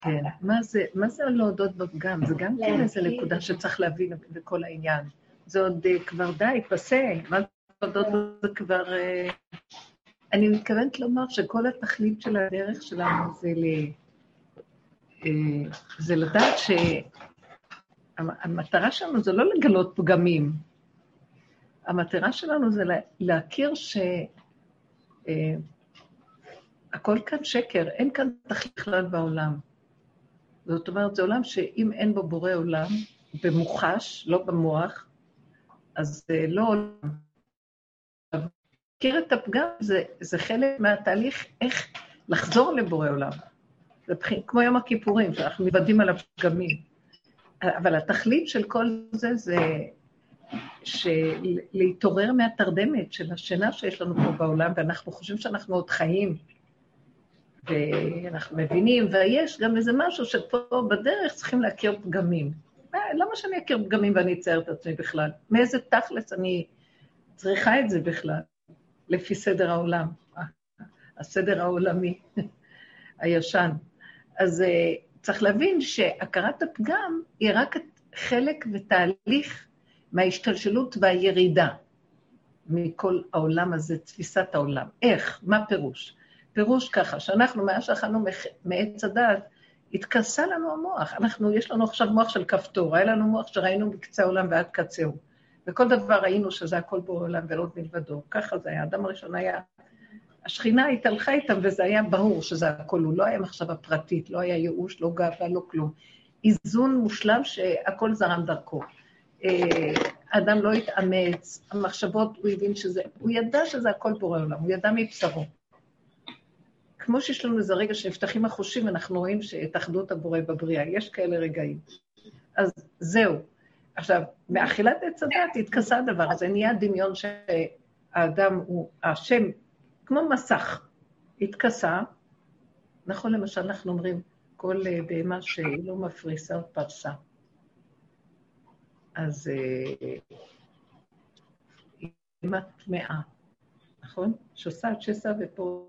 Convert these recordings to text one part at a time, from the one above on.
כן, מה זה להודות בפגם? זה גם כן איזו נקודה שצריך להבין בכל העניין. זה עוד כבר די, פסה, מה זה להודות זה כבר... אני מתכוונת לומר שכל התכלית של הדרך שלנו זה לדעת שהמטרה שלנו זה לא לגלות פגמים. המטרה שלנו זה להכיר שהכל כאן שקר, אין כאן תכלית בכלל בעולם. זאת אומרת, זה עולם שאם אין בו בורא עולם, במוחש, לא במוח, אז זה לא עולם. להכיר את הפגם זה חלק מהתהליך איך לחזור לבורא עולם. זה כמו יום הכיפורים, שאנחנו מבדים על הפגמים. אבל התכלית של כל זה זה להתעורר מהתרדמת של השינה שיש לנו פה בעולם, ואנחנו חושבים שאנחנו עוד חיים, ואנחנו מבינים, ויש גם איזה משהו שפה בדרך צריכים להכיר פגמים. למה שאני אכיר פגמים ואני אצייר את עצמי בכלל? מאיזה תכלס אני צריכה את זה בכלל? לפי סדר העולם, הסדר העולמי, הישן. אז צריך להבין שהכרת הפגם היא רק חלק ותהליך מההשתלשלות והירידה מכל העולם הזה, תפיסת העולם. איך? מה פירוש? פירוש ככה, שאנחנו מאז שאכלנו מעץ הדעת, התכסה לנו המוח. יש לנו עכשיו מוח של כפתור, היה לנו מוח שראינו בקצה העולם ועד קצהו. וכל דבר ראינו שזה הכל בעולם ולא מלבדו. ככה זה היה. האדם הראשון היה, השכינה התהלכה איתם וזה היה ברור שזה הכל. הוא לא היה מחשבה פרטית, לא היה ייאוש, לא גאווה, לא כלום. איזון מושלם שהכל זרם דרכו. האדם לא התאמץ, המחשבות, הוא הבין שזה, הוא ידע שזה הכל בורא עולם, הוא ידע מבשרו. כמו שיש לנו איזה רגע שנפתחים החושים, אנחנו רואים שאת אחדות הבורא בבריאה, יש כאלה רגעים. אז זהו. עכשיו, מאכילת עץ הדעת התכסה הדבר הזה, נהיה דמיון שהאדם הוא, השם, כמו מסך, התכסה. נכון, למשל, אנחנו אומרים, כל בהמה שהיא לא מפריסה עוד פרסה. אז היא בהמה טמאה, נכון? שעושה את שסע ופה.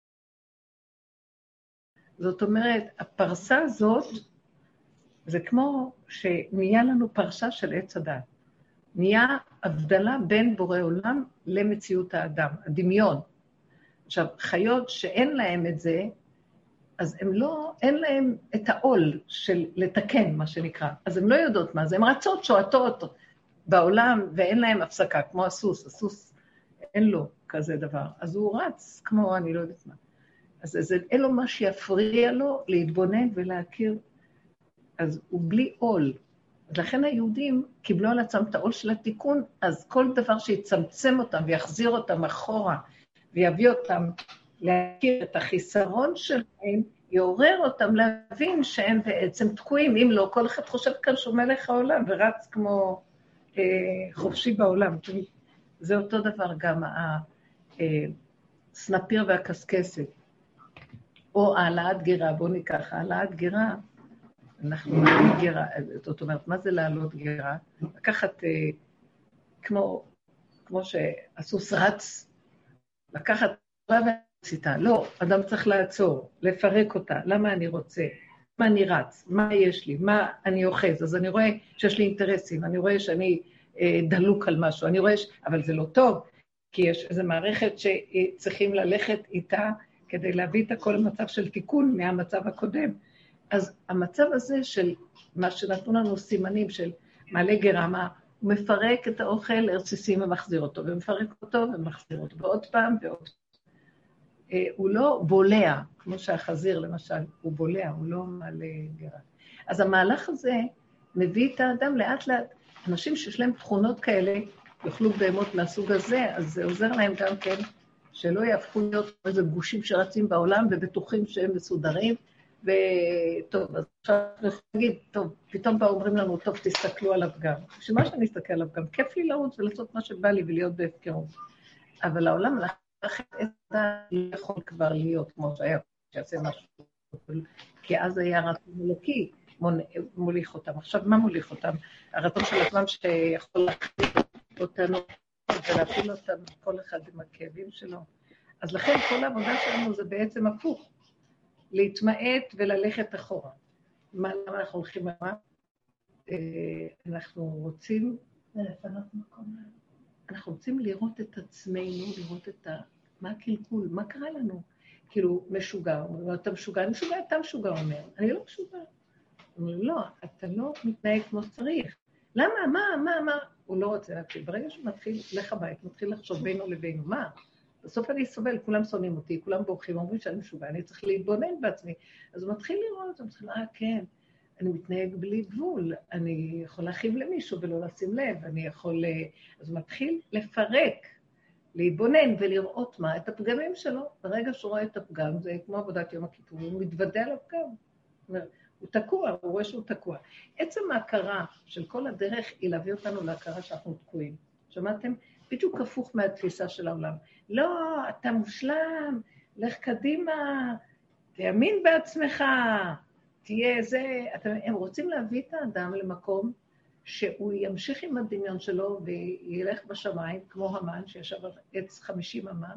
זאת אומרת, הפרסה הזאת, זה כמו שנהיה לנו פרשה של עץ הדעת. נהיה הבדלה בין בורא עולם למציאות האדם, הדמיון. עכשיו, חיות שאין להם את זה, אז אין להם את העול של לתקן, מה שנקרא. אז הן לא יודעות מה זה, הן רצות, שועטות בעולם, ואין להם הפסקה, כמו הסוס. הסוס אין לו כזה דבר. אז הוא רץ כמו אני לא יודעת מה. אז אין לו מה שיפריע לו להתבונן ולהכיר. אז הוא בלי עול. אז לכן היהודים קיבלו על עצמם את העול של התיקון, אז כל דבר שיצמצם אותם ויחזיר אותם אחורה, ויביא אותם להכיר את החיסרון שלהם, יעורר אותם להבין שהם בעצם תקועים, אם לא, כל אחד חושב כאן שהוא מלך העולם, ורץ כמו חופשי בעולם. זה אותו דבר גם הסנפיר והקסקסת, או העלאת גירה, בואו ניקח, העלאת גירה, אנחנו מעלים גירה, זאת אומרת, מה זה לעלות גירה? לקחת, כמו שהסוס רץ, לקחת ציטה, לא, אדם צריך לעצור, לפרק אותה, למה אני רוצה, מה אני רץ, מה יש לי, מה אני אוחז, אז אני רואה שיש לי אינטרסים, אני רואה שאני דלוק על משהו, אני רואה, אבל זה לא טוב, כי יש איזו מערכת שצריכים ללכת איתה, כדי להביא את הכל למצב של תיקון מהמצב הקודם. אז המצב הזה של מה שנתנו לנו סימנים של מעלה גרמה, הוא מפרק את האוכל לרסיסים ומחזיר אותו, ומפרק אותו ומחזיר אותו, ועוד פעם ועוד פעם. הוא לא בולע, כמו שהחזיר למשל, הוא בולע, הוא לא מעלה גרה. אז המהלך הזה מביא את האדם לאט לאט, אנשים שיש להם תכונות כאלה, יאכלו בהמות מהסוג הזה, אז זה עוזר להם גם כן, שלא יהפכו להיות איזה גושים שרצים בעולם, ובטוחים שהם מסודרים, וטוב, אז עכשיו אנחנו יכולים להגיד, טוב, פתאום בא אומרים לנו, טוב, תסתכלו על הפגם. שמה שאני אסתכל עליו גם, כיף לי לרוץ ולעשות מה שבא לי ולהיות בהפקרות. אבל העולם אחרי אתה לא יכול כבר להיות כמו שהיה, שיעשה משהו, כי אז היה רצון אלוקי, מוליך אותם. עכשיו, מה מוליך אותם? הרצון של עצמם שיכול להחזיק אותנו ולהפיל אותם, כל אחד עם הכאבים שלו. אז לכן כל העבודה שלנו זה בעצם הפוך, להתמעט וללכת אחורה. למה אנחנו הולכים למה? אנחנו רוצים... לפנות מקום. אנחנו רוצים לראות את עצמנו, לראות את מה הקלקול, מה קרה לנו? כאילו, משוגע, אומר, אתה משוגע, אני משוגע, אתה משוגע, אומר, אני לא משוגע. הוא אומר, לא, אתה לא מתנהג כמו שצריך. למה, מה? הוא לא רוצה להתחיל. ברגע שהוא מתחיל, לך הבית, מתחיל לחשוב בינו לבינו, מה? בסוף אני סובל, כולם שונאים אותי, כולם בורחים, אומרים שאני משוגע, אני צריך להתבונן בעצמי. אז הוא מתחיל לראות, הוא מתחיל, כן, אני מתנהג בלי גבול, אני יכול להכאיב למישהו ולא לשים לב, אני יכול... אז הוא מתחיל לפרק, להתבונן ולראות מה, את הפגמים שלו. ברגע שהוא רואה את הפגם, זה כמו עבודת יום הכיפור, הוא מתוודע על הפגם. זאת אומרת, הוא תקוע, הוא רואה שהוא תקוע. עצם ההכרה של כל הדרך היא להביא אותנו להכרה שאנחנו תקועים. שמעתם? בדיוק הפוך מהתפיסה של העולם. לא, אתה מושלם, לך קדימה, תאמין בעצמך, תהיה זה... הם רוצים להביא את האדם למקום שהוא ימשיך עם הדמיון שלו וילך בשמיים, כמו המן שישב על עץ 50 אמה,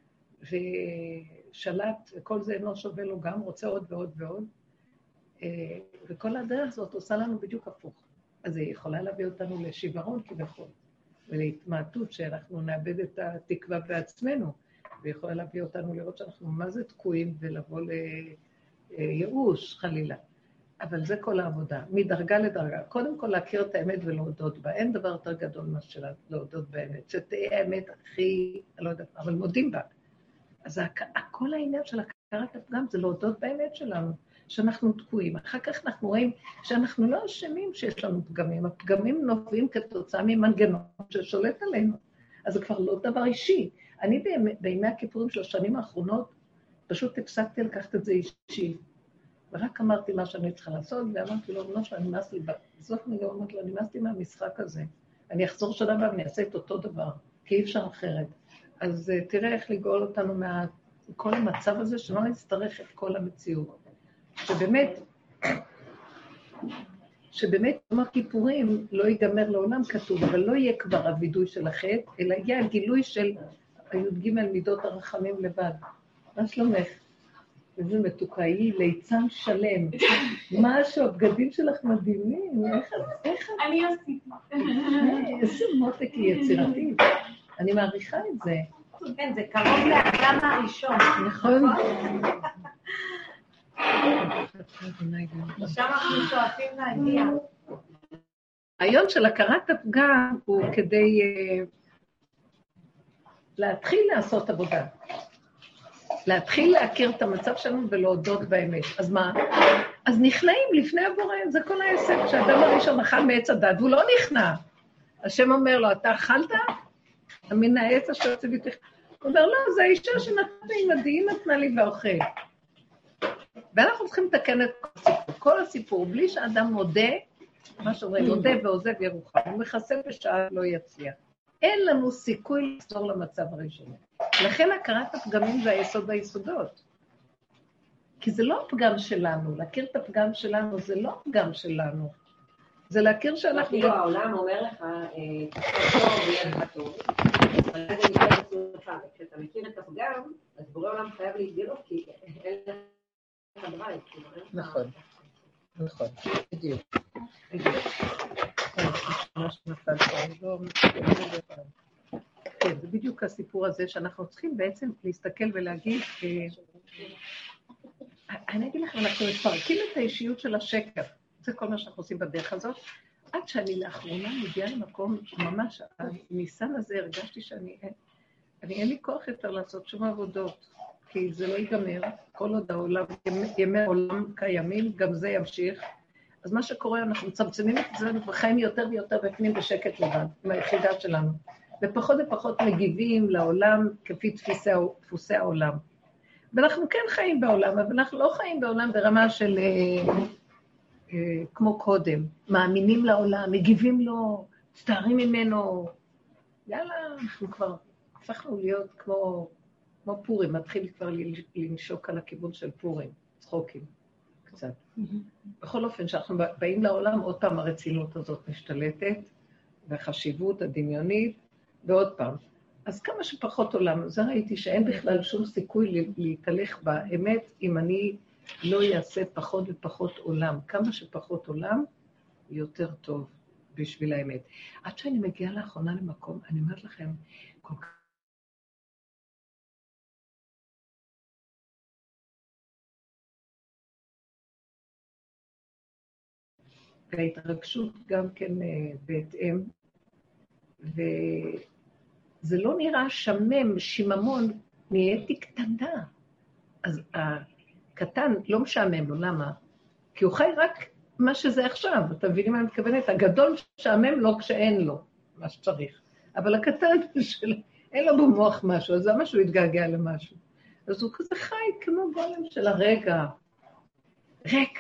ושלט, וכל זה אינו שווה לו גם, רוצה עוד ועוד ועוד, וכל הדרך הזאת עושה לנו בדיוק הפוך. אז היא יכולה להביא אותנו לשיוורון כביכול, ולהתמעטות שאנחנו נאבד את התקווה בעצמנו, ויכולה להביא אותנו לראות שאנחנו מה זה תקועים ולבוא לייאוש חלילה. אבל זה כל העבודה, מדרגה לדרגה. קודם כל להכיר את האמת ולהודות בה. אין דבר יותר גדול מה שלה להודות באמת. שתהיה האמת הכי, לא יודעת, אבל מודים בה. אז כל העניין של הכרת הפגם זה להודות באמת שלנו, שאנחנו תקועים. אחר כך אנחנו רואים שאנחנו לא אשמים שיש לנו פגמים. הפגמים נובעים כתוצאה ממנגנון ששולט עלינו. אז זה כבר לא דבר אישי. אני בימי הכיפורים של השנים האחרונות, פשוט הפסקתי לקחת את זה אישי. ורק אמרתי מה שאני צריכה לעשות, ואמרתי לו, לא שאני נמאס לי, בסוף אני אומרת לו, נמאס לי מהמשחק הזה. אני אחזור שנה הבאה ואני אעשה את אותו דבר, כי אי אפשר אחרת. אז תראה איך לגאול אותנו מכל המצב הזה, שלא נצטרך את כל המציאות. שבאמת יום הכיפורים לא ייגמר לעולם כתוב, אבל לא יהיה כבר הווידוי של החטא, אלא יהיה הגילוי של הי"ג מידות הרחמים לבד. מה שלומך? איזה מתוקה היא, ליצן שלם. משהו, הבגדים שלך מדהימים. איך את? אני עשיתי. איזה מותק היא יצירתית. אני מעריכה את זה. כן, זה קרוב לאדם הראשון. נכון. שם אנחנו שואפים להגיע. היום של הכרת הפגם הוא כדי להתחיל לעשות עבודה. להתחיל להכיר את המצב שלנו ולהודות באמת. אז מה? אז נכנעים לפני הבורא, זה כל העסק, שהאדם הראשון אכל מעץ הדת, והוא לא נכנע. השם אומר לו, אתה אכלת? מן העץ אשר ציוויתך. הוא אומר, לא, זה האישה שנתנה לי מדהים, נתנה לי ואוכל. ואנחנו צריכים לתקן את כל הסיפור, בלי שאדם מודה, מה שאומרים, מודה ועוזב ירוחם, הוא מכסה בשעה לא יצליח. אין לנו סיכוי לחזור למצב הראשון. לכן הכרת הפגמים זה היסוד והיסודות. כי זה לא הפגם שלנו, להכיר את הפגם שלנו זה לא הפגם שלנו. זה להכיר שאנחנו... אפילו העולם אומר לך, תעשה טוב ויהיה לך טוב. אבל זה נקרא בצורך, כשאתה מכיר את הפגם, אז בורא עולם חייב להתגלות, כי אין לך בית. נכון, נכון, בדיוק. כן, זה בדיוק הסיפור הזה שאנחנו צריכים בעצם להסתכל ולהגיד, אני אגיד לכם, אנחנו מפרקים את האישיות של השקר, זה כל מה שאנחנו עושים בדרך הזאת, עד שאני לאחרונה מגיעה למקום ממש, הניסן הזה הרגשתי שאני, אין לי כוח יותר לעשות שום עבודות, כי זה לא ייגמר, כל עוד העולם, ימי העולם קיימים, גם זה ימשיך, אז מה שקורה, אנחנו מצמצמים את זה וחיים יותר ויותר בפנים בשקט לבד, עם היחידה שלנו, ופחות ופחות מגיבים לעולם כפי דפוסי העולם. ואנחנו כן חיים בעולם, אבל אנחנו לא חיים בעולם ברמה של כמו קודם, מאמינים לעולם, מגיבים לו, מסתערים ממנו, יאללה, אנחנו כבר הפכנו להיות כמו פורים, מתחיל כבר לנשוק על הכיוון של פורים, צחוקים. קצת. בכל אופן, שאנחנו באים לעולם, עוד פעם הרצינות הזאת משתלטת, והחשיבות הדמיונית, ועוד פעם. אז כמה שפחות עולם, זה ראיתי שאין בכלל שום סיכוי להתהלך באמת, אם אני לא יעשה פחות ופחות עולם. כמה שפחות עולם, יותר טוב בשביל האמת. עד שאני מגיעה לאחרונה למקום, אני אומרת לכם, כל כך... וההתרגשות גם כן בהתאם, וזה לא נראה שמם, שיממון, נהייתי קטנה. אז הקטן לא משעמם לו, למה? כי הוא חי רק מה שזה עכשיו, אתה מבינים מה אני מתכוונת? הגדול משעמם לו כשאין לו מה שצריך, אבל הקטן אין לו במוח משהו, אז למה שהוא יתגעגע למשהו? אז הוא כזה חי כמו גולם של הרגע, ריק.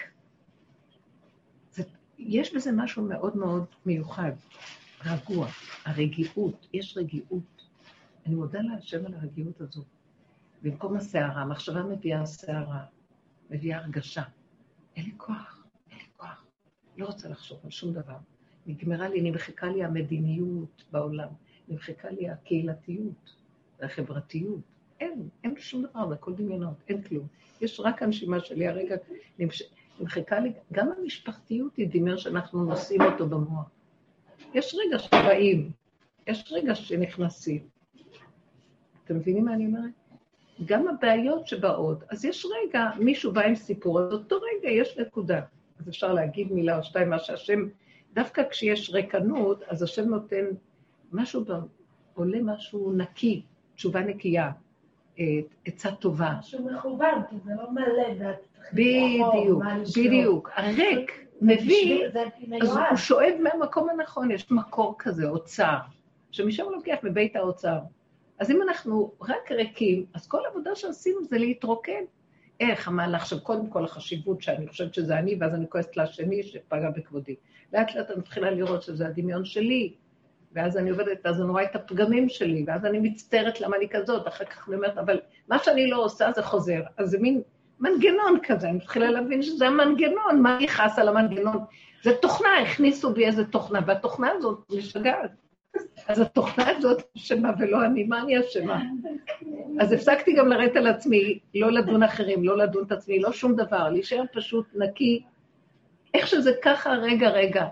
יש בזה משהו מאוד מאוד מיוחד, רגוע, הרגיעות, יש רגיעות. אני מודה להשם על הרגיעות הזו. במקום הסערה, המחשבה מביאה סערה, מביאה הרגשה. אין לי כוח, אין לי כוח. לא רוצה לחשוב על שום דבר. נגמרה לי, נמחקה לי המדיניות בעולם, נמחקה לי הקהילתיות, החברתיות. אין שום דבר, זה הכל דמיונות, אין כלום. יש רק הנשימה שלי, הרגע נמחקה לי, גם המשפחתיות היא דמיון שאנחנו נושאים אותו במוח. יש רגע שבאים, יש רגע שנכנסים. אתם מבינים מה אני אומרת? גם הבעיות שבאות, אז יש רגע, מישהו בא עם סיפור, אז אותו רגע יש נקודה. אז אפשר להגיד מילה או שתיים, מה שהשם, דווקא כשיש ריקנות, אז השם נותן משהו, עולה משהו נקי, תשובה נקייה, עצה טובה. משהו מכוון, כי זה לא מלא, בדיוק, בדיוק. הריק מביא, אז הוא שואב מהמקום הנכון, יש מקור כזה, אוצר, שמשם לוקח מבית האוצר. אז אם אנחנו רק ריקים, אז כל עבודה שעשינו זה להתרוקן. איך המהלך של קודם כל החשיבות שאני חושבת שזה אני, ואז אני כועסת לשני שפגע בכבודי. לאט לאט אני מתחילה לראות שזה הדמיון שלי, ואז אני עובדת, אז אני רואה את הפגמים שלי, ואז אני מצטערת למה אני כזאת, אחר כך אני אומרת, אבל מה שאני לא עושה זה חוזר. אז זה מין מנגנון כזה, אני מתחילה להבין שזה המנגנון, מה יכעס על המנגנון? זה תוכנה, הכניסו בי איזה תוכנה, והתוכנה הזאת משגעת. אז התוכנה הזאת אשמה ולא אני, מה אני אשמה? אז הפסקתי גם לראות על עצמי, לא לדון אחרים, לא לדון את עצמי, לא שום דבר, להישאר פשוט נקי, איך שזה ככה, רגע.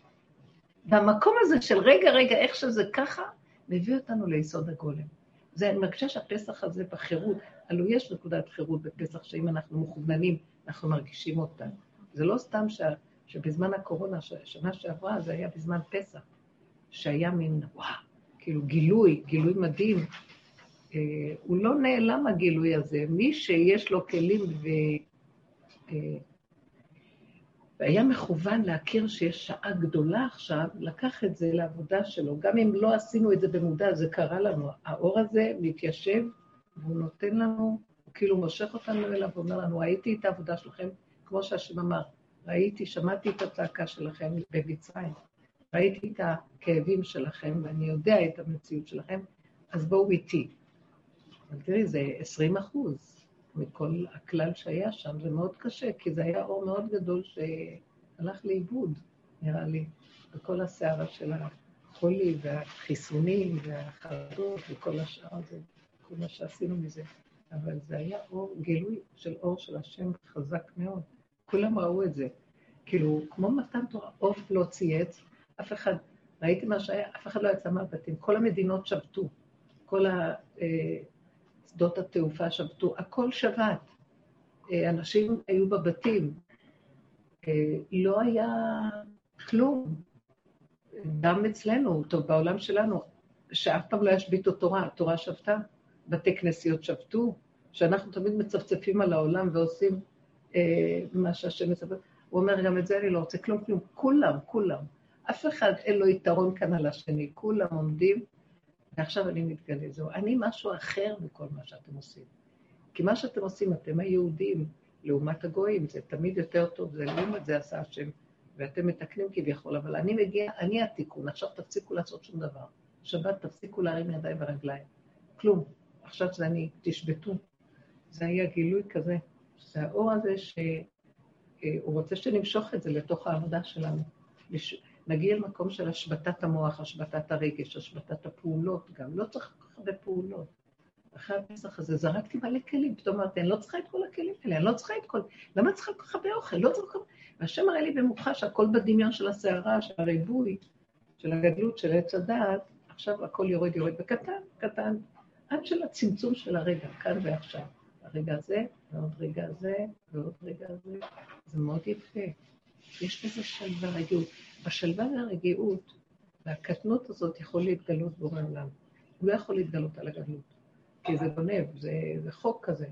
והמקום הזה של רגע, איך שזה ככה, מביא אותנו ליסוד הגולם. זה, אני מרגישה שהפסח הזה בחירות, הלוא יש נקודת חירות בפסח, שאם אנחנו מכווננים, אנחנו מרגישים אותה. זה לא סתם שבזמן הקורונה, שנה שעברה, זה היה בזמן פסח. שהיה מין, כאילו גילוי מדהים. הוא לא נעלם הגילוי הזה. מי שיש לו כלים והיה מכוון להכיר שיש שעה גדולה עכשיו, לקח את זה לעבודה שלו. גם אם לא עשינו את זה במודע, זה קרה לנו. האור הזה מתיישב, והוא נותן לנו, הוא כאילו מושך אותנו אליו, ואומר לנו, ראיתי את העבודה שלכם, כמו שהשם אמר, שמעתי את הצעקה שלכם במצרים. ראיתי את הכאבים שלכם, ואני יודע את המציאות שלכם, אז בואו איתי. אבל תראי, זה 20% מכל הכלל שהיה שם, זה מאוד קשה, כי זה היה אור מאוד גדול שהלך לאיבוד, נראה לי, בכל הסערה של החולי והחיסונים והחרדות וכל השאר הזה, כל מה שעשינו מזה. אבל זה היה גילוי של אור של השם חזק מאוד. כולם ראו את זה. כאילו, כמו מתן תורה, עוף לא צייץ, אף אחד, ראיתי מה שהיה, אף אחד לא יצא מהבתים, כל המדינות שבתו, כל שדות התעופה שבתו, הכל שבת, אנשים היו בבתים, לא היה כלום, גם אצלנו, טוב, בעולם שלנו, שאף פעם לא ישביתו תורה, התורה שבתה, בתי כנסיות שבתו, שאנחנו תמיד מצפצפים על העולם ועושים מה שהשם מצפצף, הוא אומר גם את זה אני לא רוצה, כלום, כולם. אף אחד אין לו יתרון כאן על השני, כולם עומדים, ועכשיו אני מתגלה, זהו. אני משהו אחר מכל מה שאתם עושים. כי מה שאתם עושים, אתם היהודים, לעומת הגויים, זה תמיד יותר טוב, זה לעומת זה עשה השם, ואתם מתקנים כביכול, אבל אני מגיע, אני התיקון, עכשיו תפסיקו לעשות שום דבר. שבת תפסיקו להרים ידיים ורגליים. כלום. עכשיו זה אני, תשבתו. זה היה גילוי כזה. זה האור הזה שהוא רוצה שנמשוך את זה לתוך העבודה שלנו. נגיע למקום של השבטת המוח, השבטת הרגש, השבטת הפעולות גם. לא צריך כל כך הרבה פעולות. אחרי הפסח הזה זרקתי מלא כלים, פתאום אמרתי, אני לא צריכה את כל הכלים האלה, אני לא צריכה את כל... למה צריכה כל כך הרבה אוכל? לא צריכה... והשם מראה לי במוחש, הכל בדמיון של הסערה, של הריבוי, של הגדלות, של עץ הדעת, עכשיו הכל יורד בקטן, קטן, עד של הצמצום של הרגע, כאן ועכשיו. הרגע הזה, ועוד רגע הזה, ועוד רגע הזה, זה מאוד יפה. יש בזה שלווה, רגיעות. בשלווה והרגיעות, והקטנות הזאת יכול להתגלות בורא עולם. הוא לא יכול להתגלות על הגדלות, כי זה גונב, זה חוק כזה.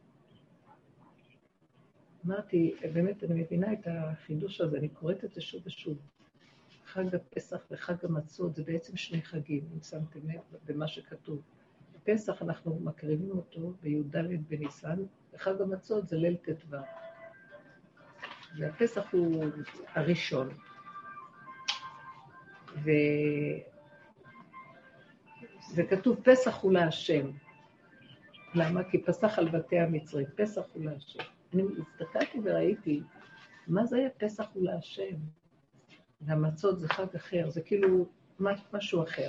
אמרתי, באמת, אני מבינה את החידוש הזה, אני קוראת את זה שוב ושוב. חג הפסח וחג המצות זה בעצם שני חגים, אם שמתם לב במה שכתוב. בפסח אנחנו מקריבים אותו בי"ד בניסן, וחג המצות זה ליל ט"ו. והפסח הוא הראשון. וכתוב פסח הוא להשם. למה? כי פסח על בתי המצרים, פסח הוא להשם. אני הסתכלתי וראיתי, מה זה היה פסח הוא להשם? והמצות זה חג אחר, זה כאילו משהו אחר.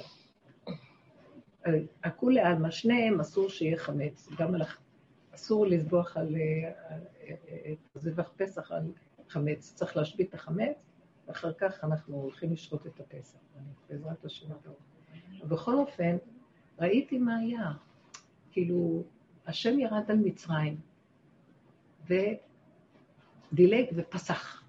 הכולי עלמא, שניהם אסור שיהיה חמץ, גם אסור לזבוח על זבח פסח על חמץ, צריך להשבית את החמץ, ואחר כך אנחנו הולכים לשחוט את הפסח, בעזרת השם הטוב. ובכל אופן, ראיתי מה היה, כאילו, השם ירד על מצרים, ודילג ופסח.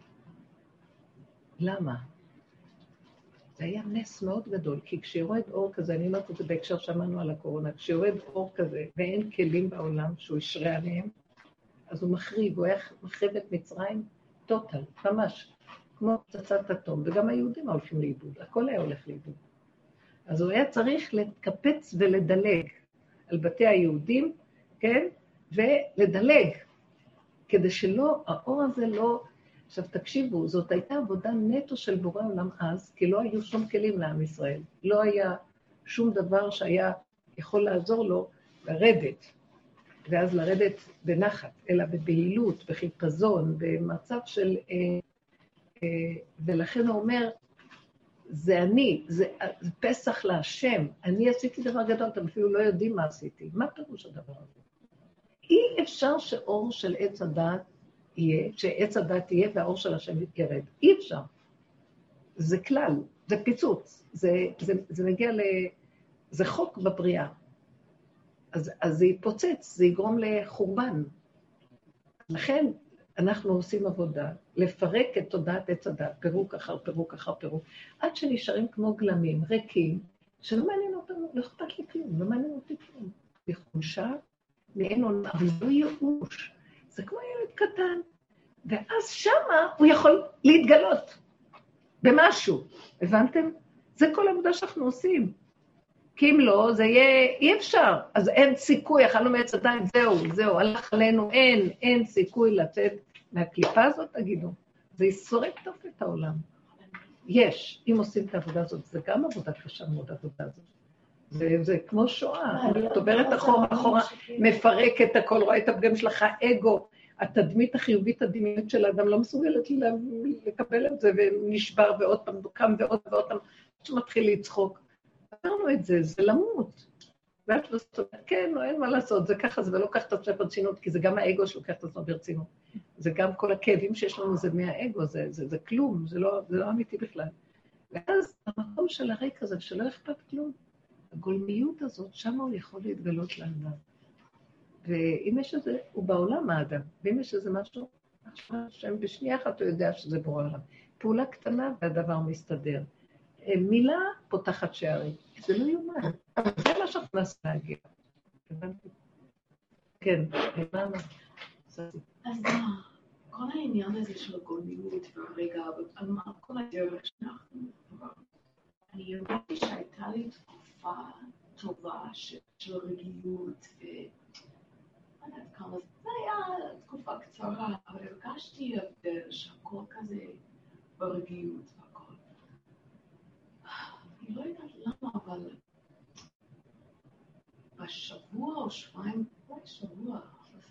למה? זה היה נס מאוד גדול, כי כשיורד אור כזה, אני אומרת את זה בהקשר שמענו על הקורונה, כשיורד אור כזה ואין כלים בעולם שהוא ישרה עליהם, אז הוא מחריב, הוא היה מחריב את מצרים טוטל, ממש, כמו פצצת אטום, וגם היהודים הולכים לאיבוד, הכל היה הולך לאיבוד. אז הוא היה צריך לקפץ ולדלג על בתי היהודים, כן? ולדלג, כדי שלא, האור הזה לא... עכשיו תקשיבו, זאת הייתה עבודה נטו של בורא עולם אז, כי לא היו שום כלים לעם ישראל. לא היה שום דבר שהיה יכול לעזור לו לרדת, ואז לרדת בנחת, אלא בבהילות, בחיפזון, במצב של... ולכן הוא אומר, זה אני, זה פסח להשם, אני עשיתי דבר גדול, אתם אפילו לא יודעים מה עשיתי. מה פירוש הדבר הזה? אי אפשר שאור של עץ הדת יהיה, שעץ הדת יהיה והאור של השם ירד. אי אפשר. זה כלל, זה פיצוץ, זה מגיע זה חוק בבריאה. אז זה יפוצץ, זה יגרום לחורבן. לכן אנחנו עושים עבודה, לפרק את תודעת עץ הדת, פירוק אחר פירוק אחר פירוק, עד שנשארים כמו גלמים, ריקים, שלא מעניין אותנו, לא אכפת לי כלום, לא מעניין אותי כלום. בחומשה, מאין עונה, אבל זה לא ייאוש. זה כמו ילד קטן, ואז שמה הוא יכול להתגלות במשהו. הבנתם? זה כל העבודה שאנחנו עושים. כי אם לא, זה יהיה, אי אפשר. אז אין סיכוי, אכלנו מעץ הדת, זהו, הלך עלינו, אין סיכוי לצאת מהקליפה הזאת, תגידו. זה ישורק טוב את העולם. יש, אם עושים את העבודה הזאת, זה גם עבודה קשה מאוד, העבודה הזאת. זה כמו שואה, את עוברת אחורה, מפרק את הכל, רואה את הפגם שלך, אגו, התדמית החיובית, הדמיונית של האדם לא מסוגלת לקבל את זה, ונשבר ועוד פעם, קם ועוד פעם, שמתחיל לצחוק. אמרנו את זה, זה למות. ואת לא אומרת, כן, לא, אין מה לעשות, זה ככה, זה ולא כך את עצמך ברצינות, כי זה גם האגו שלוקח את עצמך ברצינות. זה גם כל הכאבים שיש לנו, זה מהאגו, זה כלום, זה לא אמיתי בכלל. ואז המקום של הריק הזה, שלא אכפת כלום, הגולמיות הזאת, שם הוא יכול להתגלות לאדם. ואם יש איזה, הוא בעולם האדם, ואם יש איזה משהו, שם בשנייה אחת הוא יודע שזה בורא עולם. פעולה קטנה והדבר מסתדר. מילה פותחת שערים. זה לא יומן. זה מה שאנחנו נעשה להגיע. כן, למה? אז כל העניין הזה של הגולמיות ורגע, כל הדרך שאנחנו, אני יודעת שהייתה לי תקופה טובה של רגיעות, ואני יודעת כמה, זה היה תקופה קצרה, אבל הרגשתי הבדל שהכל כזה ברגיעות והכל. אני לא יודעת למה, אבל בשבוע או שבועיים, שבוע,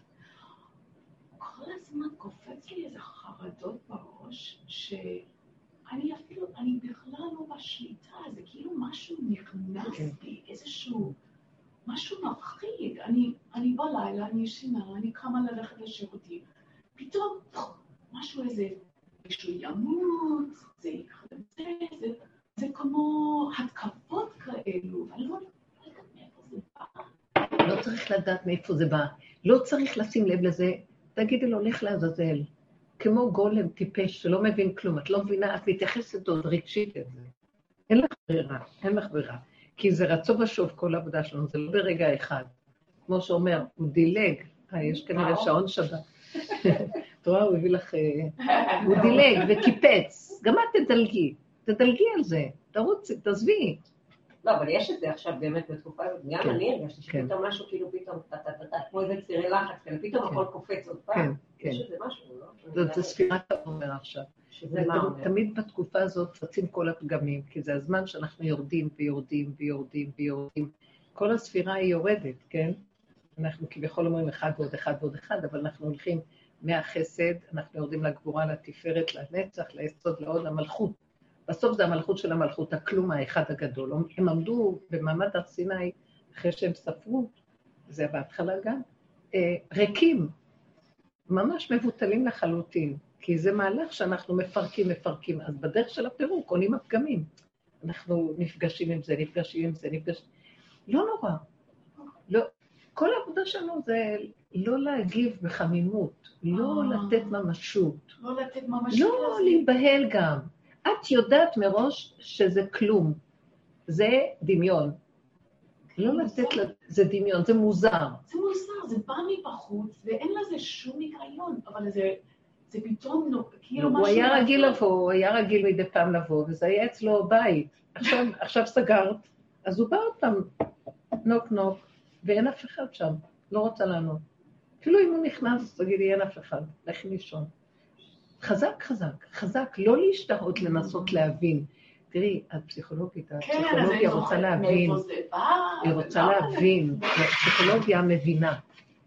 כל הזמן קופץ לי איזה חרדות בראש, שאני אפילו, אני בכלל לא בשליטה, זה כאילו משהו נכנס בי, איזשהו משהו מפחיד. אני בלילה, אני ישנה, אני קמה ללכת לשירותים. פתאום, משהו איזה, מישהו ימות, זה יקרה, זה כמו התקפות כאלו. אני לא יודעת מאיפה זה בא. לא צריך לדעת מאיפה זה בא. לא צריך לשים לב לזה. תגידי לו, לך לעזאזל. כמו גולם טיפש שלא מבין כלום. את לא מבינה, את מתייחסת עוד רגשית את זה. אין לך ברירה, אין לך ברירה. כי זה רצו ושוב כל העבודה שלנו, זה לא ברגע אחד. כמו שאומר, הוא דילג. יש כנראה שעון שבת. את רואה, הוא הביא לך... הוא דילג וקיפץ. גם את תדלגי על זה. תרוצי, תעזבי. לא, אבל יש את זה עכשיו באמת בתקופה הזאת. גם אני הרגשתי שפתאום משהו כאילו פתאום, כמו איזה צירי לחץ, פתאום הכל קופץ עוד פעם. יש את זה משהו, לא? זאת ספירת העומר עכשיו. תמיד בתקופה הזאת רצים כל הפגמים, כי זה הזמן שאנחנו יורדים ויורדים ויורדים ויורדים. כל הספירה היא יורדת, כן? אנחנו כביכול אומרים אחד ועוד אחד ועוד אחד, אבל אנחנו הולכים מהחסד, אנחנו יורדים לגבורה, לתפארת, לנצח, ליסוד, לעוד, למלכות. בסוף זה המלכות של המלכות, הכלום האחד הגדול. הם עמדו במעמד הר סיני, אחרי שהם ספרו, זה בהתחלה גם, ריקים, ממש מבוטלים לחלוטין, כי זה מהלך שאנחנו מפרקים. אז בדרך של הפירוק עונים הפגמים. אנחנו נפגשים עם זה. לא נורא. לא. כל העבודה שלנו זה לא להגיב בחמימות, לא לתת ממשות. לא להיבהל גם. את יודעת מראש שזה כלום. זה דמיון. לא לתת, זה דמיון, זה מוזר. זה מוזר, זה בא מבחוץ, ואין לזה שום היגיון, אבל זה פתאום כאילו משהו... הוא היה רגיל לבוא, הוא היה רגיל מדי פעם לבוא, וזה היה אצלו בית. עכשיו סגרת, אז הוא בא עוד פעם, נוק, ואין אף אחד שם, לא רוצה לענות. אפילו אם הוא נכנס, תגידי, אין אף אחד, לכי לישון. חזק, לא להשתהות לנסות להבין. תראי, הפסיכולוגיה רוצה להבין. היא רוצה להבין, הפסיכולוגיה מבינה.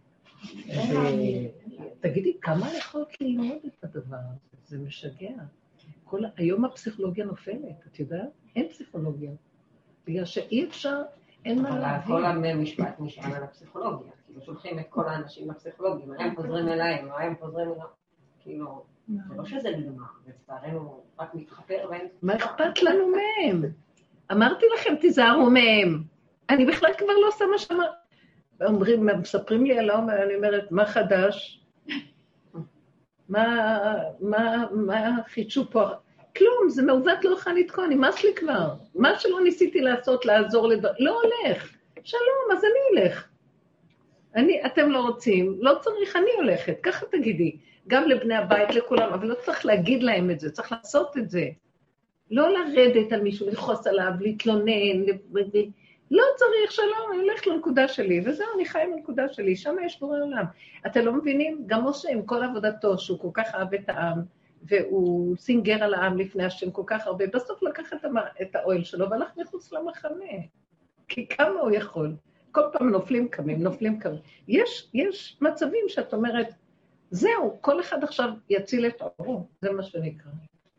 תגידי, כמה יכולת ללמוד את הדבר הזה? זה משגע. היום הפסיכולוגיה נופלת, את יודעת? אין פסיכולוגיה. בגלל שאי אפשר, אין מה להבין. כל המשפט נשען על הפסיכולוגיה. כאילו שולחים את כל האנשים לפסיכולוגיה, הם חוזרים אליהם, הם חוזרים אליהם. כאילו, זה לא שזה נגמר, לצערנו רק מתחפר ואין... מה אכפת לנו מהם? אמרתי לכם, תיזהרו מהם. אני בכלל כבר לא שמה שם... אומרים, מספרים לי על העומר, אני אומרת, מה חדש? מה חידשו פה? כלום, זה מעוות לא יכולה לתקוע, נמאס לי כבר. מה שלא ניסיתי לעשות, לעזור לדבר, לא הולך. שלום, אז אני אלך. אתם לא רוצים, לא צריך, אני הולכת, ככה תגידי. גם לבני הבית, לכולם, אבל לא צריך להגיד להם את זה, צריך לעשות את זה. לא לרדת על מישהו, לחוס עליו, להתלונן, לא צריך, שלום, אני הולכת לנקודה שלי, וזהו, אני חי עם הנקודה שלי, שם יש בורא עולם. אתם לא מבינים? גם משה, עם כל עבודתו, שהוא כל כך אהב את העם, והוא סינגר על העם לפני השם כל כך הרבה, בסוף לקח את האוהל שלו, והלך מחוץ למחנה. כי כמה הוא יכול? כל פעם נופלים קמים. יש מצבים שאת אומרת, זהו, כל אחד עכשיו יציל את עורו, זה מה שנקרא.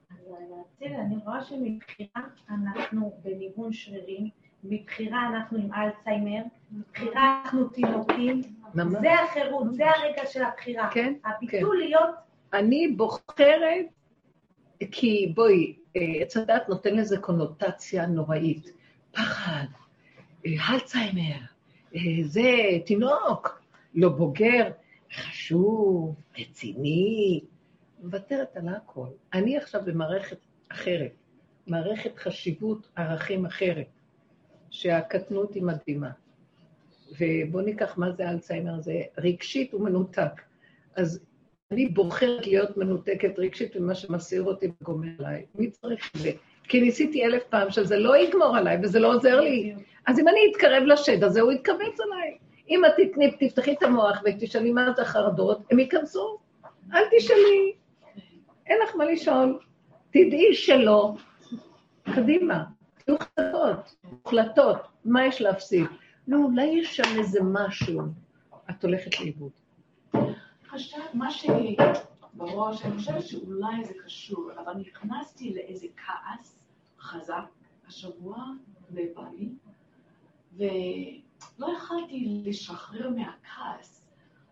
אני רואה שמבחירה אנחנו בניוון שרירים, מבחירה אנחנו עם אלצהיימר, מבחירה אנחנו תינוקים, זה החירות, זה הרגע של הבחירה. כן, הביטול להיות... אני בוחרת, כי בואי, עץ הדת נותן לזה קונוטציה נוראית. פחד, אלצהיימר, זה תינוק, לא בוגר, חשוב, רציני, מוותרת על הכל. אני עכשיו במערכת אחרת, מערכת חשיבות, ערכים אחרת, שהקטנות היא מדהימה. ובוא ניקח מה זה אלצהיימר, זה רגשית ומנותק. אז אני בוחרת להיות מנותקת רגשית ומה שמסעיר אותי וגומר עליי. מי צריך את זה? כי ניסיתי 1000 פעם שזה לא יגמור עליי וזה לא עוזר לי. אז אם אני אתקרב לשד הזה, הוא יתכווץ עליי. אם את תפתחי את המוח ותשאלי מה זה החרדות, הם ייכנסו. אל תשאלי. אין לך מה לשאול. תדעי שלא. קדימה. תהיו חלטות. מה יש להפסיד? לא, אולי יש שם איזה משהו. את הולכת לאיבוד. מה בראש, אני חושבת שאולי זה קשור, אבל נכנסתי לאיזה כעס חזק השבוע בבלי, ולא לא יכלתי לשחרר מהכעס.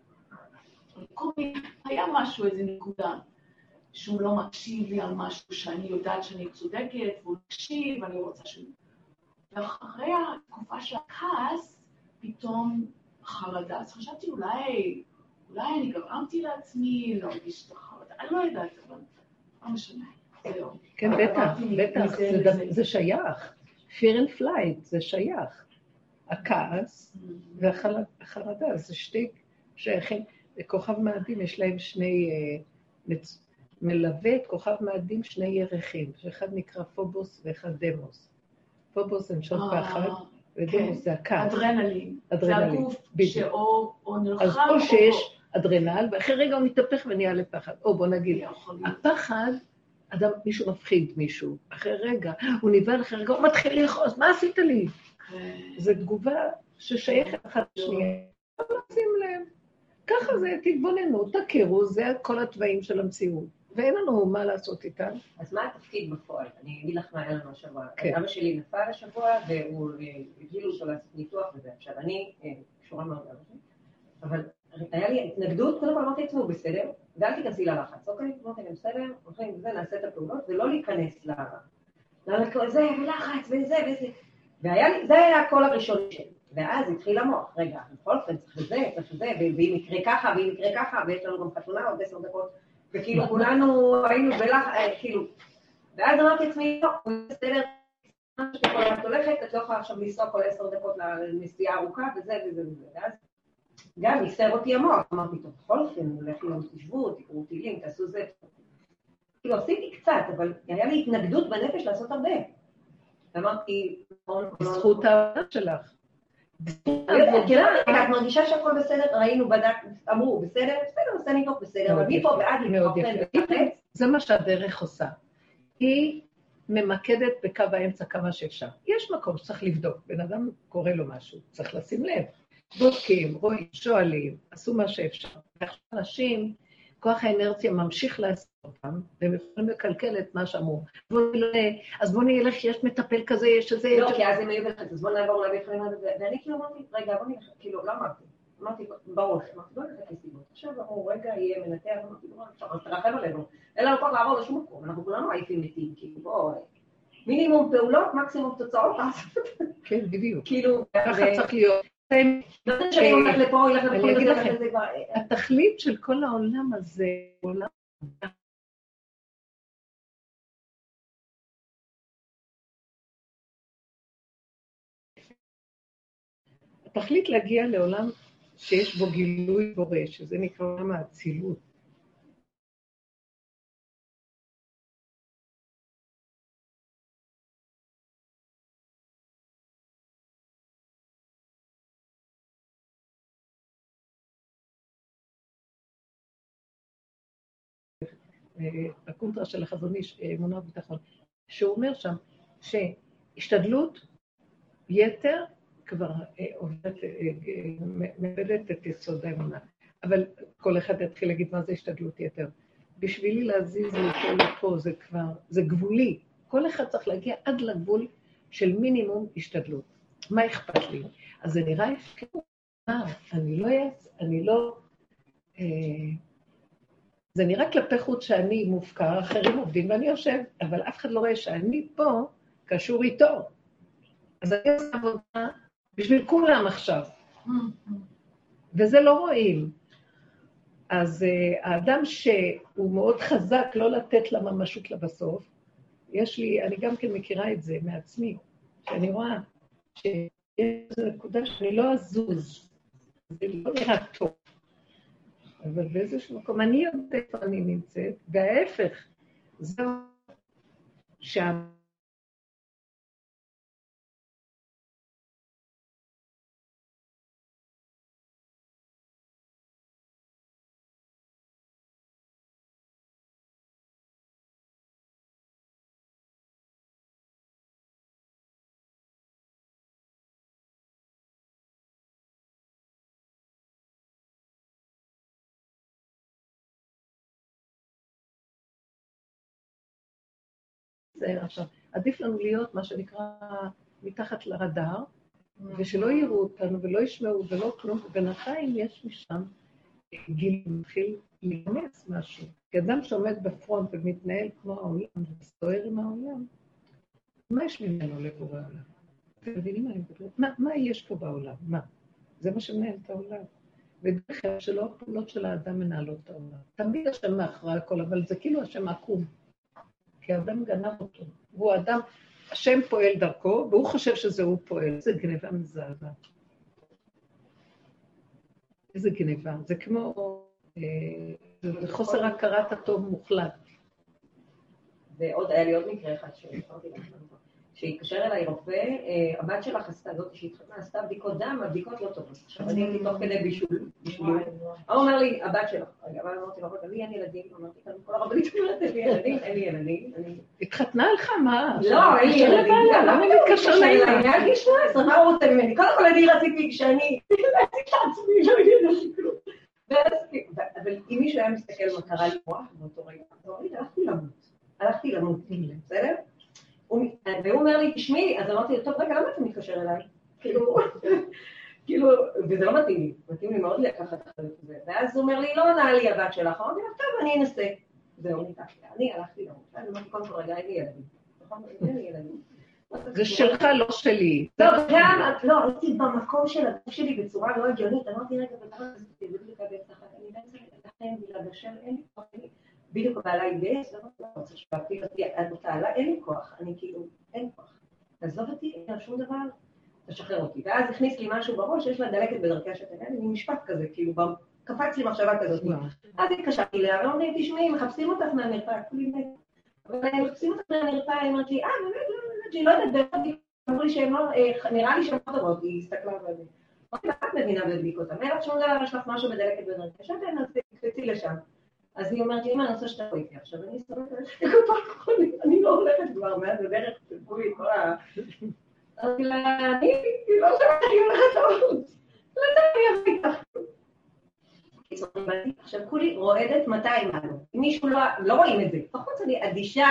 היה משהו, איזו נקודה, שהוא לא מקשיב לי על משהו שאני יודעת שאני צודקת, והוא מקשיב, ואני רוצה שהוא... ואחרי התקופה של הכעס, פתאום חרדה. אז חשבתי, אולי אני גרמתי לעצמי להרגיש את החרדה. אני לא יודעת, אבל לא משנה. זהו. כן, בטח, זה שייך. fear and flight, זה שייך. הכעס והחרדה, זה שתי שייכים. בכוכב מאדים יש להם שני, מלווה את כוכב מאדים שני ירחים, שאחד נקרא פובוס ואחד דמוס. פובוס זה נשות פחד, ודמוס זה הכעס. אדרנלין. זה הגוף שאו נלחם אז או שיש אדרנל, ואחרי רגע הוא מתהפך ונהיה לפחד. או בוא נגיד, הפחד, מישהו מפחיד מישהו, אחרי רגע, הוא נבהל אחרי רגע, הוא מתחיל ללחוץ, מה עשית לי? זו תגובה ששייכת אחת לשנייה. לא נשים לב. ככה זה, תתבוננו, תכירו, זה כל התוואים של המציאות. ואין לנו מה לעשות איתם. אז מה התפקיד בפועל? אני אגיד לך מה היה לנו השבוע. אבא שלי נפל השבוע, והוא הגילו אותו לעשות ניתוח וזה. עכשיו, אני קשורה מאוד לאבא שלי, אבל היה לי התנגדות, קודם כל אמרתי עצמו בסדר, ואל תיכנסי ללחץ, אוקיי? אמרתי להם בסדר, הולכים וזה, נעשה את הפעולות, ולא להיכנס לזה, ולחץ, וזה, וזה. זה היה הקול הראשון שלי. ואז התחיל המוח, רגע, בכל אופן צריך לזה, ואם יקרה ככה, ויש לנו גם חתונה עוד 10 דקות, וכאילו כולנו היינו כאילו, ואז אמרתי לעצמי, לא, בסדר, את הולכת, את לא יכולה עכשיו לנסוע כל 10 דקות לנסיעה ארוכה, וזה, ואז גם ייסר אותי המוח, אמרתי, טוב, בכל אופן, הולך לנו תשבו, תקראו תהילים, תעשו זה, כאילו עשיתי קצת, אבל היה לי התנגדות בנפש לעשות הרבה. אמרתי, בזכות העבודה שלך. את מרגישה שהכל בסדר, ראינו, בדק, אמרו, בסדר, עושה ניתוח בסדר, אבל מפה ועד להתאופן. זה מה שהדרך עושה. היא ממקדת בקו האמצע כמה שאפשר. יש מקום שצריך לבדוק, בן אדם קורא לו משהו, צריך לשים לב. בודקים, רואים, שואלים, עשו מה שאפשר. ועכשיו אנשים, כוח האנרציה ממשיך לעשות אותם, והם יכולים לקלקל את מה שאמרו. אז בוא נלך, יש מטפל כזה, יש איזה... לא, כי אז הם היו בלחץ, אז בוא נעבור להביא חיים על זה, ואני כאילו אמרתי, רגע, בוא נלך, כאילו, לא אמרתי, ברור, בוא נלך לסיבות. עכשיו אמרו, רגע, יהיה מנתח, אמרתי, בוא, אפשר, אז תרחב עלינו. אין לנו כבר לעבור לשום מקום, אנחנו כולנו עייפים מתים, כאילו, בוא, מינימום פעולות, מקסימום תוצאות, כן, בדיוק. כאילו, ככה צריך להיות. אני אגיד לכם, התכלית של כל העולם הזה, עולם... התכלית להגיע לעולם שיש בו גילוי בורא, שזה נקרא עולם האצילות. הקונטרה של החזון איש, אמונה וביטחון, שהוא אומר שם שהשתדלות יתר כבר מאבדת את יסוד האמונה. אבל כל אחד יתחיל להגיד מה זה השתדלות יתר. בשבילי להזיז לפה זה כבר, זה גבולי. כל אחד צריך להגיע עד לגבול של מינימום השתדלות. מה אכפת לי? אז זה נראה הפקרות. אני לא... זה נראה כלפי חוץ שאני מופקר, אחרים עובדים ואני יושב, אבל אף אחד לא רואה שאני פה קשור איתו. אז אני עושה עבודה בשביל כולם עכשיו. וזה לא רואים. אז האדם שהוא מאוד חזק לא לתת לה ממשות לבסוף, אני גם כן מכירה את זה מעצמי, שאני רואה שיש נקודה שאני לא אזוז, זה לא נראה טוב. אבל באיזשהו מקום, אני יודעת איפה אני נמצאת, וההפך, זהו שם. עכשיו, עדיף לנו להיות מה שנקרא מתחת לרדאר, ושלא יראו אותנו ולא ישמעו ולא כלום, ובינתיים יש משם גיל מתחיל להיכנס משהו. כי אדם שעומד בפרונט ומתנהל כמו העולם, וסוער עם העולם, מה יש ממנו לבורא העולם? אתם מבינים מה אני מדברת? מה יש פה בעולם? מה? זה מה שמנהל את העולם. ובדרך כלל שלא הפעולות של האדם מנהלות את העולם. תמיד השם מאחורי הכל, אבל זה כאילו השם עקום. כי האדם גנב אותו. והוא האדם, השם פועל דרכו, והוא חושב שזה הוא פועל. זה גניבה מזעזעת. איזה גניבה. זה כמו זה חוסר הכרת הטוב מוחלט. ועוד, היה לי עוד מקרה אחד שהתקשר אליי רופא, הבת שלך עשתה, זאת שהתחתנה, עשתה בדיקות דם, הבדיקות לא טובות. עכשיו אני הייתי תוך כדי בישול. הוא אומר לי, הבת שלך, רגע, אבל אמרתי לו, לי אין ילדים, אמרתי כאן, כל הרבנית אומרת, אין לי ילדים, אין לי ילדים. התחתנה לך, מה? לא, אין לי ילדים. למה מתקשר לי? אני עד גיל 18, מה הוא רוצה ממני? קודם כל אני רציתי כשאני, רציתי לעצמי, לא יודעת כלום. אבל אם מישהו היה מסתכל מה קרה לי מוח באותו רגע, הלכתי למות, בסדר? והוא אומר לי, תשמעי, אז אמרתי לו, טוב, רגע, למה אתה מתקשר אליי? כאילו, וזה לא מתאים לי, מתאים לי מאוד לקחת אחריות את זה. ואז הוא אומר לי, לא עונה לי הבת שלך, אמרתי לו, טוב, אני אנסה. זהו, אני הלכתי למות. אז אמרתי, קודם כל רגע, אין לי ילדים. נכון? אין לי ילדים. זה שלך, לא שלי. לא, גם, לא, הייתי במקום של הגוף שלי בצורה לא הגיונית, אמרתי, רגע, ולמה זה בדיוק בהצלחה, אני בעצם לכם בלבשל, אין לי כוח, בדיוק הבעלה התגייס, לא רוצה שבאתי, את רוצה עליי, אין לי כוח, אני כאילו, אין כוח. תעזוב אותי, אין לה שום דבר, תשחרר אותי. ואז הכניס לי משהו בראש, יש לה דלקת בדרכי השתן, אני משפט כזה, כאילו, קפץ לי מחשבה כזאת. אז התקשרתי אליה, ואומרים, תשמעי, מחפשים אותך מהמרפאה, כולי מת. אבל הם מחפשים אותך מהמרפאה, היא אמרת לי, באמת, שהיא לא יודעת, אמרו לי שהם לא, נראה לי שהם לא טובות, היא הסתכלה על זה. אמרתי לה, את מבינה בבדיקות, אין לך שום דבר, יש לך משהו בדלקת בדרכי השתן, אז תקפצי לשם. אז היא אומרת לי, אמא, אני רוצה שתבוא איתי עכשיו, אני אסתובבת לקופת חולים, אני לא הולכת כבר, מאז הדרך, תבואו לי כל ה... אמרתי לה, אני לא יודעת, אני הולכת לעוד. לא יודעת, אני אביא כך. עכשיו כולי רועדת 200 מעלות. אם מישהו לא רואים את זה, בחוץ אני אדישה,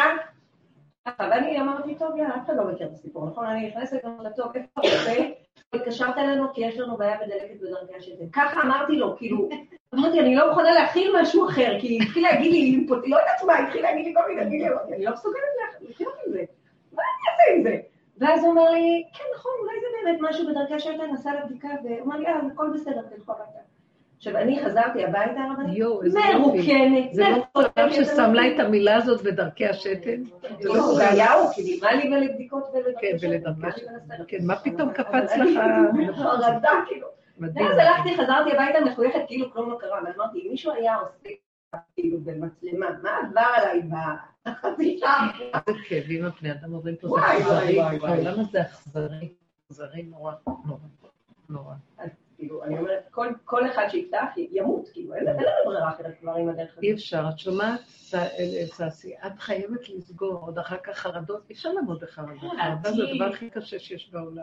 ואני אמרתי, טוב, יאללה, אף אחד לא מכיר את הסיפור, נכון? אני נכנסת לטוב, איפה הרופא? התקשרת אלינו כי יש לנו בעיה בדלקת בדרכי השתן. ככה אמרתי לו, כאילו, אמרתי, אני לא יכולה להכיל משהו אחר, כי היא התחילה להגיד לי, לא יודעת מה, התחילה להגיד לי כל מיני, אני לא מסוגלת לחיות עם זה. מה אני אעשה עם זה? ואז הוא אומר לי, כן, נכון, אולי זה באמת משהו בדרכי השתן, עשה לה בדיקה, והוא אמר לי, הכל בסדר, תלכו הביתה. עכשיו, אני חזרתי הביתה, מרוקנת. זה לא פעם ששמלה את המילה הזאת בדרכי השתן? זה היה הוא, כי נראה לי ולבדיקות ולדרכי השתן. כן, מה פתאום קפץ לך? חרדה, כאילו. ואז הלכתי, חזרתי הביתה מחויכת, כאילו כלום לא קרה, ואמרתי, אם מישהו היה עושה כאילו במצלמה, מה עבר עליי בחצי שעה? זה כאבים הפני אדם עוברים פה, זה אכזרי, העולם הזה אכזרי נורא, נורא. כאילו, אני אומרת, כל אחד שיפתח ימות, כאילו, אין לנו ברירה אחרת כבר עם הדרך הזאת. אי אפשר, את שומעת, ססי, את חייבת לסגור, עוד אחר כך חרדות, אי אפשר לעמוד בחרדות, חרדה זה הדבר הכי קשה שיש בעולם.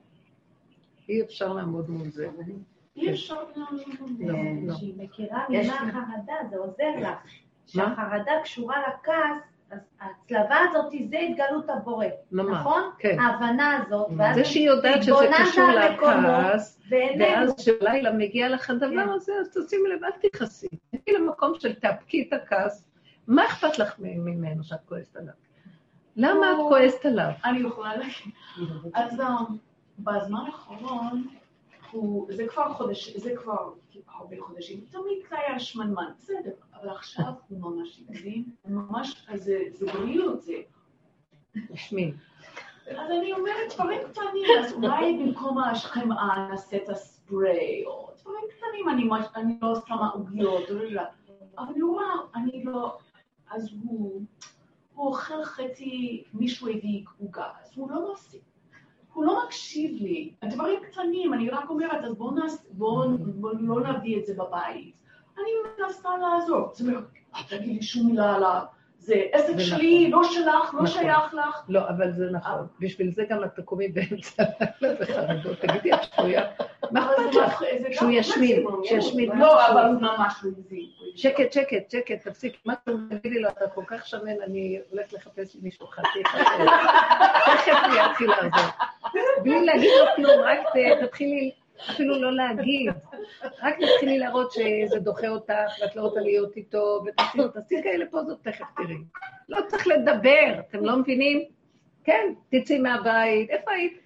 אי אפשר לעמוד מול זה. אי אפשר לעמוד. שהיא מכירה ממה החרדה, זה עוזר לך. שהחרדה קשורה לכעס, אז הצלבה הזאת זה התגלות הבורא, נכון? ההבנה הזאת, זה שהיא יודעת שזה קשור לכעס, ואז שלילה מגיע לך הדבר הזה, אז תשימי לב, אל תכעסי. תגיעי למקום של תאפקי את הכעס, מה אכפת לך ממנו שאת כועסת עליו? למה את כועסת עליו? אני יכולה להגיד. אז בזמן האחרון, זה כבר הרבה חודשים, תמיד היה שמנמן, בסדר, אבל עכשיו הוא ממש הגזים, ממש, זה בריאות, זה. שמי. אז אני אומרת, דברים קטנים, אז אולי במקום השכמעה נעשה את הספרי, או דברים קטנים, אני לא שמה עוגיות, אבל אני לא, אז הוא אוכל חצי, מישהו הביא עוגה, אז הוא לא מפסיק. הוא לא מקשיב לי, הדברים קטנים, אני רק אומרת, אז בואו לא נביא את זה בבית. אני מנסה לעזור. זאת אומרת, תגיד לי שום מילה על זה עסק שלי, לא שלך, לא שייך לך. לא, אבל זה נכון. בשביל זה גם את תקומי באמצע וחרדות. תגידי, את שפויה. מה אכפת לך? שהוא ישמיד. לא, אבל ממש הוא הביא. שקט, תפסיק. מה אתה תגידי לו, אתה כל כך שמן, אני הולכת לחפש לי מישהו חצי. תכף אני אתחיל לעזור. בלי להגיד לו כלום, רק תתחילי, אפילו לא להגיד, רק תתחילי להראות שזה דוחה אותך, ואת לא רוצה להיות איתו, ותעשי כאלה פוזות, תכף תראי. לא צריך לדבר, אתם לא מבינים? כן, תצאי מהבית, איפה היית?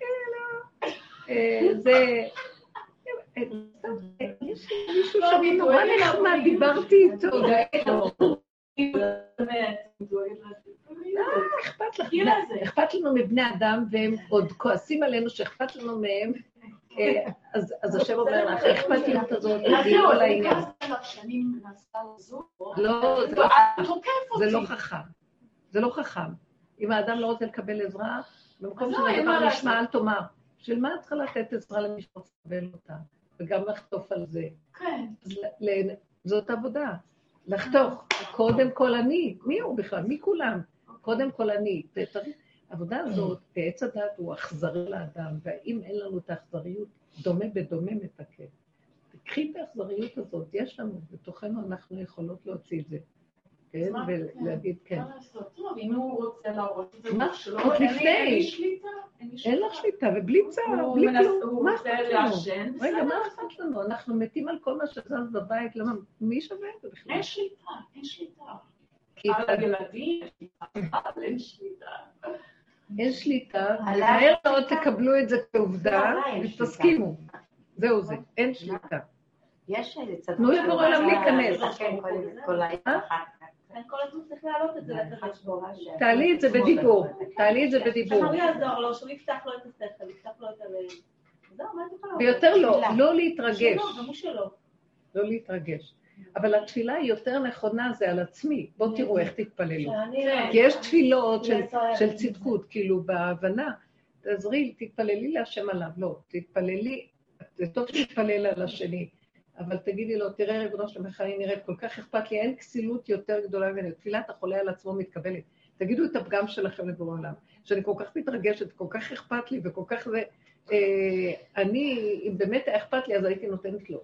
זה... יש מישהו שאני נורא נחמד, דיברתי איתו, אכפת לך, אכפת לנו מבני אדם, והם עוד כועסים עלינו שאכפת לנו מהם, אז השם אומר לך, האכפתיות הזאת, היא לא לעניין. לא, זה לא חכם. זה לא חכם. אם האדם לא רוצה לקבל עזרה, במקום שהדבר נשמע אל תאמר, של מה את צריכה לתת עזרה למי שרוצה לקבל אותה, וגם לחטוף על זה. כן. זאת עבודה. לחתוך. קודם כל אני. מי הוא בכלל? מי כולם? קודם כל אני. העבודה הזאת, בעץ הדת הוא אכזרי לאדם, והאם אין לנו את האכזריות, דומה בדומה מתקן. תקחי את האכזריות הזאת, יש לנו, בתוכנו אנחנו יכולות להוציא את זה. כן, ולהגיד כן. מה לעשות? טוב, אם הוא רוצה להראות את זה, מה? שלא, עוד לפני. אין לי שליטה. אין לך שליטה, ובלי צער, בלי כלום. הוא מה רוצה אכפת לנו? לעשן, רגע, מה אכפת לנו? אנחנו מתים על כל מה שזז בבית, למה? מי שווה את זה בכלל? אין שליטה, אין שליטה. כי על הילדים, אבל אין שליטה. אין שליטה, מהר מאוד תקבלו את זה כעובדה, ותסכימו. זהו זה, אין שליטה. יש איזה צדוק. תנו לבורא עולם להיכנס. כל הזמן צריך להעלות את זה לקדוש ברוך הוא. תעלי את זה בדיבור, תעלי את זה בדיבור. הוא יעזור לו, שהוא יפתח לו את השכל, יפתח לו את הלב. זהו, מה תוכל לעשות? ויותר לא להתרגש. שלו, גם הוא שלו. לא להתרגש. אבל התפילה היא יותר נכונה, זה על עצמי. בואו תראו איך תתפללו. כי יש תפילות של צדקות, כאילו בהבנה. תעזרי, תתפללי להשם עליו. לא, תתפללי, זה טוב שתתפלל על השני. אבל תגידי לו, תראה ריבונו של עולמך, אני נראית כל כך אכפת לי, אין כסילות יותר גדולה ממני. תפילת החולה על עצמו מתקבלת. תגידו את הפגם שלכם לבורא עולם, שאני כל כך מתרגשת, כל כך אכפת לי, וכל כך זה... אני, אם באמת אכפת לי, אז הייתי נותנת לו.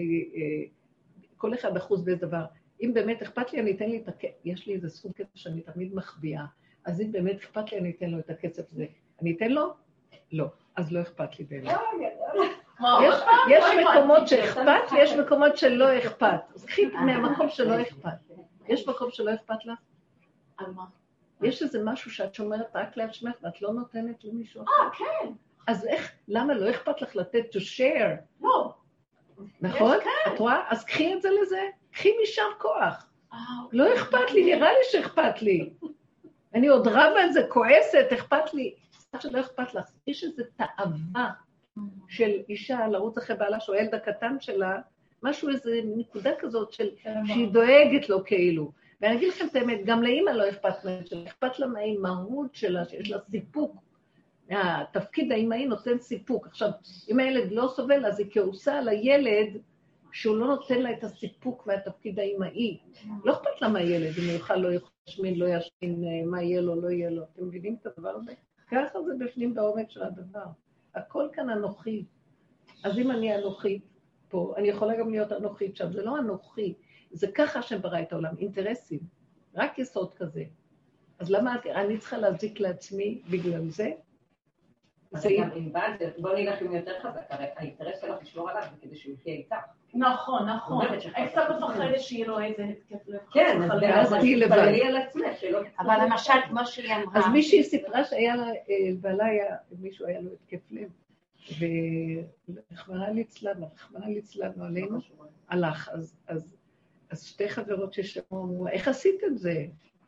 כל אחד אחוז באיזה דבר. אם באמת אכפת לי, אני אתן לי את הכסף. יש לי איזה סכום כסף שאני תמיד מחביאה. אז אם באמת אכפת לי, אני אתן לו את הכסף הזה. אני אתן לו? לא. אז לא אכפת לי באמת. יש מקומות שאכפת, יש מקומות שלא אכפת. אז קחי מהמקום שלא אכפת. יש מקום שלא אכפת לך? על מה? יש איזה משהו שאת שומרת רק לעצמך, ואת לא נותנת למישהו אחר. כן. אז איך, למה לא אכפת לך לתת to share? לא. נכון? את רואה? אז קחי את זה לזה. קחי משם כוח. לא אכפת לי, נראה לי שאכפת לי. אני עוד רבה על זה, כועסת, אכפת לי. סתם שלא אכפת לך. יש איזו תאווה של אישה לרוץ אחרי בעלה, שהוא הילד הקטן שלה, משהו, איזו נקודה כזאת שהיא דואגת לו כאילו. ואני אגיד לכם את האמת, גם לאמא לא אכפת לה, אכפת לה מהאימהות שלה, שיש לה סיפוק. התפקיד האימהי נותן סיפוק. עכשיו, אם הילד לא סובל, אז היא כעוסה על הילד, שהוא לא נותן לה את הסיפוק מהתפקיד האימהי. לא אכפת לה מהילד, אם הוא יוכל, לא יוכל להשמין, לא ישמין, מה יהיה לו, לא יהיה לו. אתם מבינים את הדבר הזה? ככה זה בפנים בעומק של הדבר. הכל כאן אנוכי. אז אם אני אנוכית פה, אני יכולה גם להיות אנוכית שם. זה לא אנוכי, זה ככה שברא את העולם, אינטרסים. רק יסוד כזה. אז למה אני צריכה להזיק לעצמי בגלל זה? זה גם עם בעל, בוא נלך עם יותר חזק, הרי האינטרס שלך לשמור עליו כדי שהוא יחיה איתך. נכון, נכון. איך קצת מפחדת שיהיה לו איזה התקף לב? כן, אז תהיי לבד. תתפללי על עצמך, שלא... אבל למשל, כמו שהיא אמרה... אז מישהי סיפרה שהיה לה, בעלה היה, מישהו היה לו התקף לב, ורחמנא ליצלן עלינו, הלך. אז שתי חברות ששמעו, אמרו, איך עשית את זה?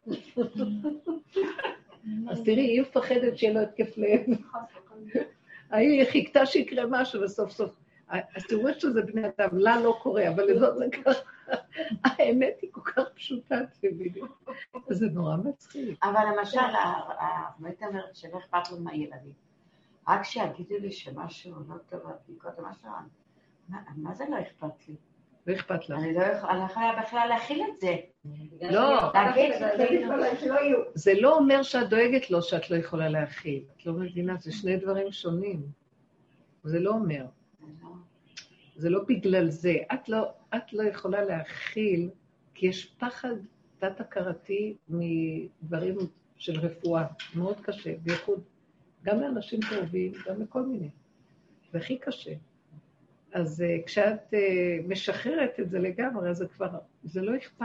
אז תראי, היא מפחדת שיהיה לו התקף לב. היא חיכתה שיקרה משהו, וסוף סוף. אז תראו שזה בני אדם, לה לא קורה, אבל לזאת זה ככה. האמת היא כל כך פשוטה, בדיוק. זה נורא מצחיק. אבל למשל, הייתי אומרת שלא אכפת לו מהילדים. רק שיגידו לי שמשהו לא טוב, הבדיקות או משהו, מה זה לא אכפת לי? לא אכפת לך. אני לא יכולה בכלל להכיל את זה. לא, להגיד, זה לא אומר שאת דואגת לו שאת לא יכולה להכיל. את לא מבינה, זה שני דברים שונים. זה לא אומר. זה לא בגלל זה. את לא יכולה להכיל, כי יש פחד תת-הכרתי מדברים של רפואה, מאוד קשה, בייחוד גם לאנשים קרובים, גם לכל מיני. זה הכי קשה. אז כשאת משחררת את זה לגמרי, אז זה לא אכפת.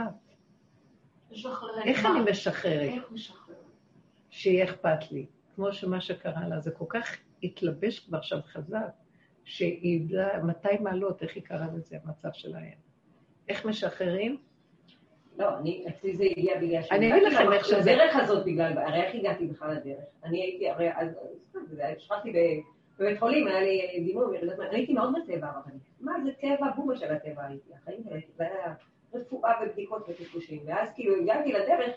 איך אני משחררת? איך משחררת? שיהיה אכפת לי. כמו שמה שקרה לה, זה כל כך התלבש כבר שם חזק, שהיא ידעה 200 מעלות, איך היא קראה לזה, המצב שלהם. איך משחררים? לא, אצלי זה הגיע בגלל אני אגיד לכם איך שזה... הדרך הזאת בגלל, הרי איך הגעתי בכלל לדרך? אני הייתי, הרי, שכבתי בבית חולים, היה לי דימום, אני הייתי מאוד בטבע, מה זה טבע? בומה של הטבע הייתי, החיים שלי, זה היה רפואה ובדיקות וטיפושים, ואז כאילו הגעתי לדרך,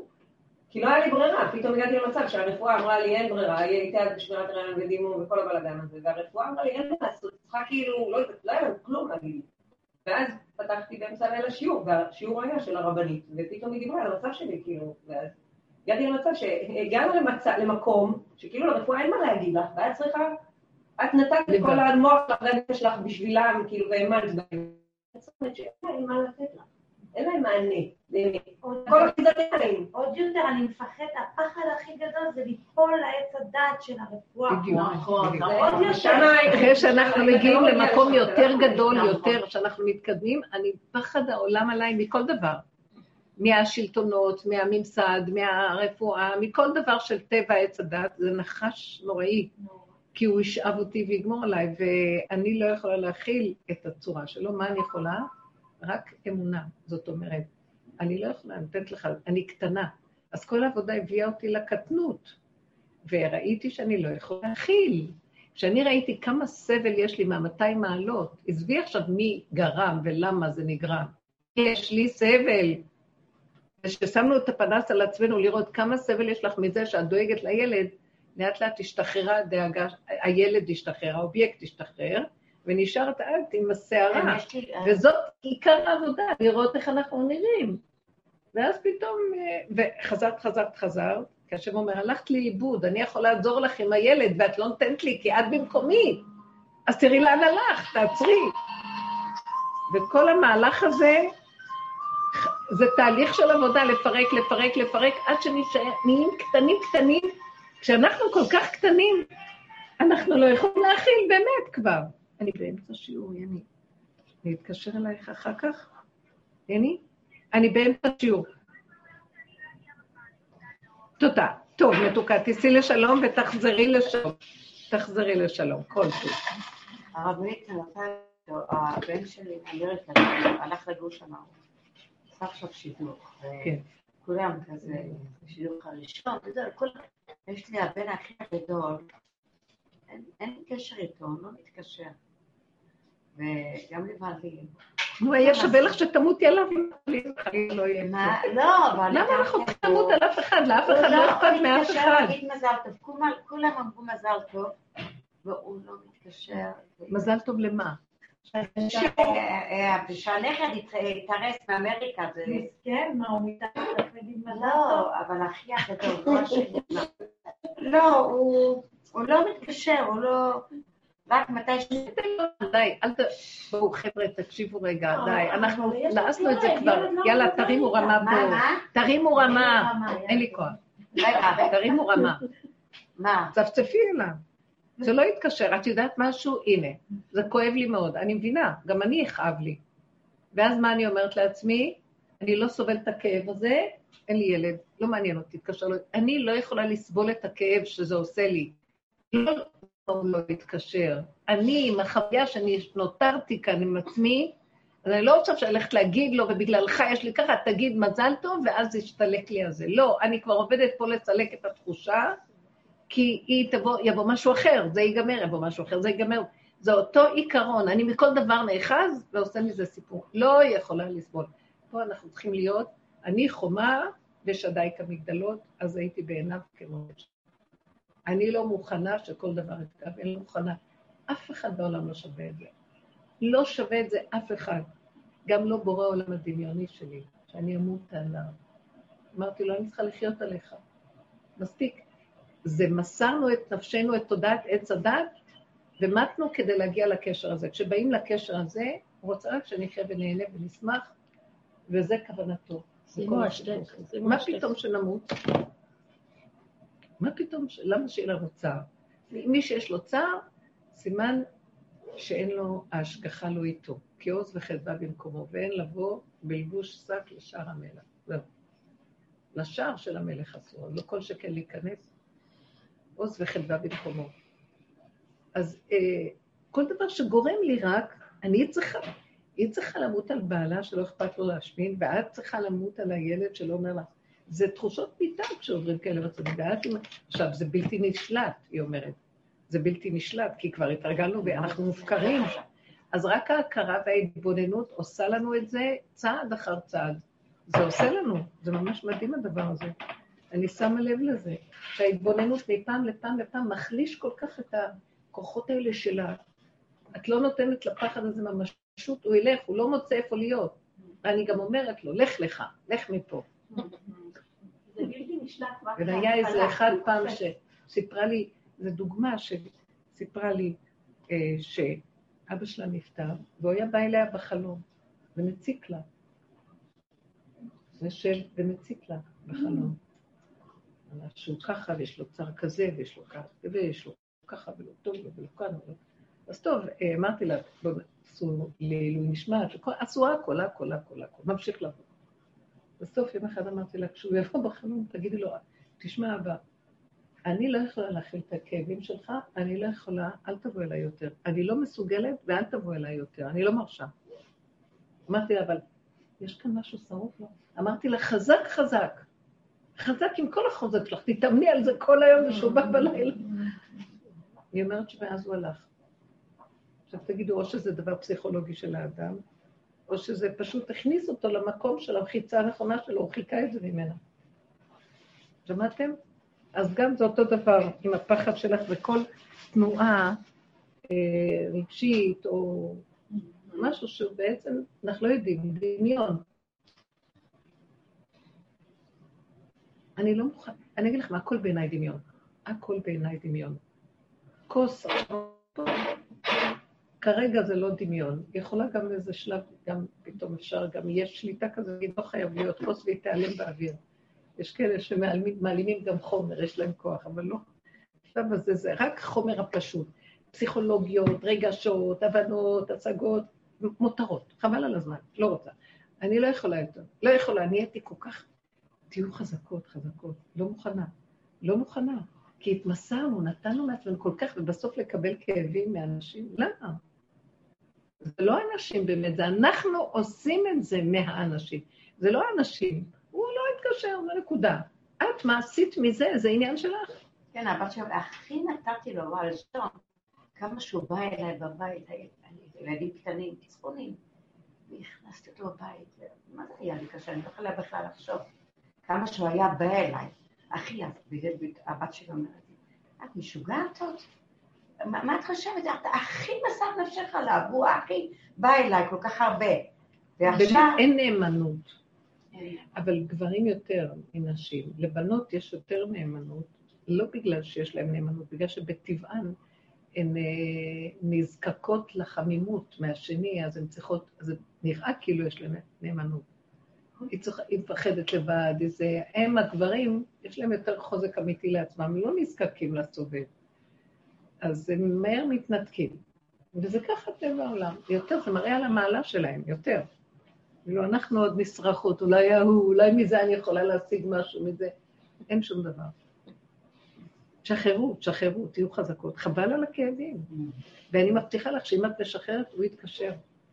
כי לא היה לי ברירה, פתאום הגעתי למצב שהרפואה אמרה לי אין ברירה, היא הייתה בשמירת הריון ודימום וכל הבלגן הזה, והרפואה אמרה לי אין מה לעשות, צריכה כאילו, לא היה כלום להגיד. ואז פתחתי באמצע לילה שיעור, והשיעור היה של הרבנית, ופתאום היא דיברה על המצב שלי, כאילו, ואז הגעתי למצב שהגענו למקום, שכאילו לרפואה אין מה להגיד לך, ואת צריכה, את נתת את כל המוח שלך בשבילם, כאילו, והאמנת בהם. את צריכה שאין להם מה לתת לך. אין להם מענה, כל החיזתיים. עוד יותר, אני מפחד, הפחד הכי גדול זה ליפול לעץ הדעת של הרפואה. נכון. עוד יותר. אחרי שאנחנו מגיעים למקום יותר גדול, יותר, שאנחנו מתקדמים, אני פחד העולם עליי מכל דבר. מהשלטונות, מהממסד, מהרפואה, מכל דבר של טבע עץ הדעת, זה נחש נוראי. כי הוא ישאב אותי ויגמור עליי, ואני לא יכולה להכיל את הצורה שלו. מה אני יכולה? רק אמונה, זאת אומרת, אני לא יכולה, אני נותנת לך, אני קטנה. אז כל העבודה הביאה אותי לקטנות, וראיתי שאני לא יכולה להכיל. כשאני ראיתי כמה סבל יש לי מה-200 מעלות, עזבי עכשיו מי גרם ולמה זה נגרם. יש לי סבל. כששמנו את הפנס על עצמנו לראות כמה סבל יש לך מזה שאת דואגת לילד, לאט לאט השתחררה הדאגה, הילד השתחרר, האובייקט השתחרר, ונשארת את עם השערה, וזאת עיקר העבודה, לראות איך אנחנו נראים. ואז פתאום, וחזרת, כי השם אומר, הלכת לי לאיבוד, אני יכול לעזור לך עם הילד, ואת לא נותנת לי, כי את במקומי. אז תראי לאן הלך, תעצרי. וכל המהלך הזה, זה תהליך של עבודה, לפרק, עד שנהיים קטנים, כשאנחנו כל כך קטנים, אנחנו לא יכולים להכיל באמת כבר. אני באמצע שיעור, יני. אני אתקשר אלייך אחר כך? יני? אני באמצע שיעור. תודה. טוב, מתוקה, תיסעי לשלום ותחזרי לשלום. כל טוב. הרבנית, הבן שלי, אמריקה, הלך לגור שם. עשה עכשיו שידוך. כן. כולם כזה, שידוך הראשון, יש לי הבן הכי גדול, אין לי קשר איתו, לא מתקשר. וגם לבעלי. נו, היה שווה לך שתמותי עליו, אם לא יהיה. לא, אבל... למה אנחנו תמות על אף אחד? לאף אחד לא אכפת מאף אחד. הוא מתקשר, מזל טוב. כולם אמרו מזל טוב, והוא לא מתקשר. מזל טוב למה? שהנכד יתארס מאמריקה. כן, מה, הוא מתארס להגיד מזל טוב? לא, אבל הכי הגדול, לא השני. לא, הוא לא מתקשר, הוא לא... רק מתי ש... די, אל ת... בואו חבר'ה, תקשיבו רגע, די, אנחנו נעשנו את זה כבר, יאללה, תרימו רמה פה, תרימו רמה, אין לי כוח, תרימו רמה, צפצפי אליו, זה לא יתקשר, את יודעת משהו? הנה, זה כואב לי מאוד, אני מבינה, גם אני יכאב לי, ואז מה אני אומרת לעצמי? אני לא סובל את הכאב הזה, אין לי ילד, לא מעניין אותי, תתקשר לו, אני לא יכולה לסבול את הכאב שזה עושה לי, הוא לא יתקשר. אני, עם החוויה שאני נותרתי כאן עם עצמי, אז אני לא רוצה שהלכת להגיד לו, ובגללך יש לי ככה, תגיד מזל טוב, ואז ישתלק לי על זה. לא, אני כבר עובדת פה לצלק את התחושה, כי יבוא משהו אחר, זה ייגמר, יבוא משהו אחר, זה ייגמר. זה אותו עיקרון, אני מכל דבר נאחז, ועושה מזה סיפור. לא יכולה לסבול. פה אנחנו צריכים להיות, אני חומה ושדי כמגדלות, אז הייתי בעיניו כמו... אני לא מוכנה שכל דבר יתקב, אני לא מוכנה. אף אחד בעולם לא שווה את זה. לא שווה את זה אף אחד. גם לא בורא עולם הדמיוני שלי, שאני אמות עליו. אמרתי לו, אני צריכה לחיות עליך. מספיק. זה מסרנו את נפשנו, את תודעת עץ הדת, ומתנו כדי להגיע לקשר הזה. כשבאים לקשר הזה, הוא רוצה רק שנחיה ונהנה ונשמח, וזה כוונתו. מה פתאום שנמות? מה פתאום, למה שיהיה לנו צער? מי שיש לו צער, סימן שאין לו, ההשגחה לא איתו, כי עוז וחדווה במקומו, ואין לבוא בלבוש שק לשער המלך. זהו. לשער של המלך אסור, לא כל שכן להיכנס, עוז וחדווה במקומו. אז כל דבר שגורם לי רק, היא צריכה למות על בעלה שלא אכפת לו להשמין, ואת צריכה למות על הילד שלא אומר לך. זה תחושות מיטה כשעוברים כאלה מצבים. עכשיו, זה בלתי נשלט, היא אומרת. זה בלתי נשלט, כי כבר התרגלנו ואנחנו מופקרים. אז רק ההכרה וההתבוננות עושה לנו את זה צעד אחר צעד. זה עושה לנו, זה ממש מדהים הדבר הזה. אני שמה לב לזה, שההתבוננות מפעם לפעם לפעם מחליש כל כך את הכוחות האלה שלה. את לא נותנת לפחד הזה ממשות, הוא ילך, הוא לא מוצא איפה להיות. ואני גם אומרת לו, לך לך, לך מפה. זה בלתי נשלט רק והיה איזה אחד פעם שסיפרה לי, זו דוגמה שסיפרה לי שאבא שלה נפטר, והוא היה בא אליה בחלום, ומציק לה. נשב ומציק לה בחלום. שהוא ככה, ויש לו צער כזה, ויש לו ככה, ויש לו ככה, ולא טוב, ולא כאן, ולא... אז טוב, אמרתי לה, עשו לעילוי נשמעת, עשו הכל, ממשיך לבוא. בסוף יום אחד אמרתי לה, כשהוא יבוא בחלום, תגידי לו, תשמע אבא, אני לא יכולה להכיל את הכאבים שלך, אני לא יכולה, אל תבוא אליי יותר. אני לא מסוגלת ואל תבוא אליי יותר, אני לא מרשה. אמרתי לה, אבל יש כאן משהו שרוף לו. אמרתי לה, חזק, חזק. חזק עם כל החוזק שלך, תתאמני על זה כל היום ושובע בלילה. היא אומרת שמאז הוא הלך. עכשיו תגידו, או שזה דבר פסיכולוגי של האדם, או שזה פשוט הכניס אותו למקום של המחיצה הנכונה שלו, הוא חיכה את זה ממנה. שמעתם? אז גם זה אותו דבר עם הפחד שלך וכל תנועה רגשית או משהו שבעצם אנחנו לא יודעים, דמיון. אני לא מוכן, אני אגיד לך מה, הכל בעיניי דמיון. הכל בעיניי דמיון. כוס, כרגע זה לא דמיון. יכולה גם איזה שלב, גם פתאום אפשר, גם יש שליטה כזה, לא חייב להיות כוס והיא תיעלם באוויר. יש כאלה שמעלימים גם חומר, יש להם כוח, אבל לא. עכשיו הזה זה רק חומר הפשוט. פסיכולוגיות, רגשות, הבנות, השגות, מותרות. חבל על הזמן, לא רוצה. אני לא יכולה יותר. לא יכולה, אני הייתי כל כך... תהיו חזקות, לא מוכנה. כי התמסרנו, נתנו מעצמנו כל כך, ובסוף לקבל כאבים מאנשים. למה? זה לא אנשים באמת, זה אנחנו עושים את זה מהאנשים. זה לא אנשים. הוא לא התקשר, זה נקודה. את מה עשית מזה? זה עניין שלך. כן, הבת שלי, הכי נתתי לו על שום, כמה שהוא בא אליי בבית, ילדים קטנים, צפונים, והכנסתי אותו בבית. מה זה היה לי קשה? אני לא יכולה בכלל לחשוב. כמה שהוא היה בא אליי. אחי, הבת שלי אומרת לי, את משוגעת עוד? מה את חושבת? את הכי מסר נפשך עליו, הוא הכי בא אליי כל כך הרבה. ועכשיו... אין נאמנות. אבל גברים יותר מנשים, לבנות יש יותר נאמנות, לא בגלל שיש להם נאמנות, בגלל שבטבען הן נזקקות לחמימות מהשני, אז הן צריכות, אז זה נראה כאילו יש להם נאמנות. היא מפחדת לבד, הם הגברים, יש להם יותר חוזק אמיתי לעצמם, הם לא נזקקים לסובב. אז הם מהר מתנתקים. וזה ככה טבע העולם. יותר, זה מראה על המעלה שלהם, יותר. כאילו, אנחנו עוד נשרחות, אולי מזה אני יכולה להשיג משהו מזה. אין שום דבר. שחררו, תהיו חזקות. חבל על הכאבים. ואני מבטיחה לך שאם את משחררת, הוא יתקשר.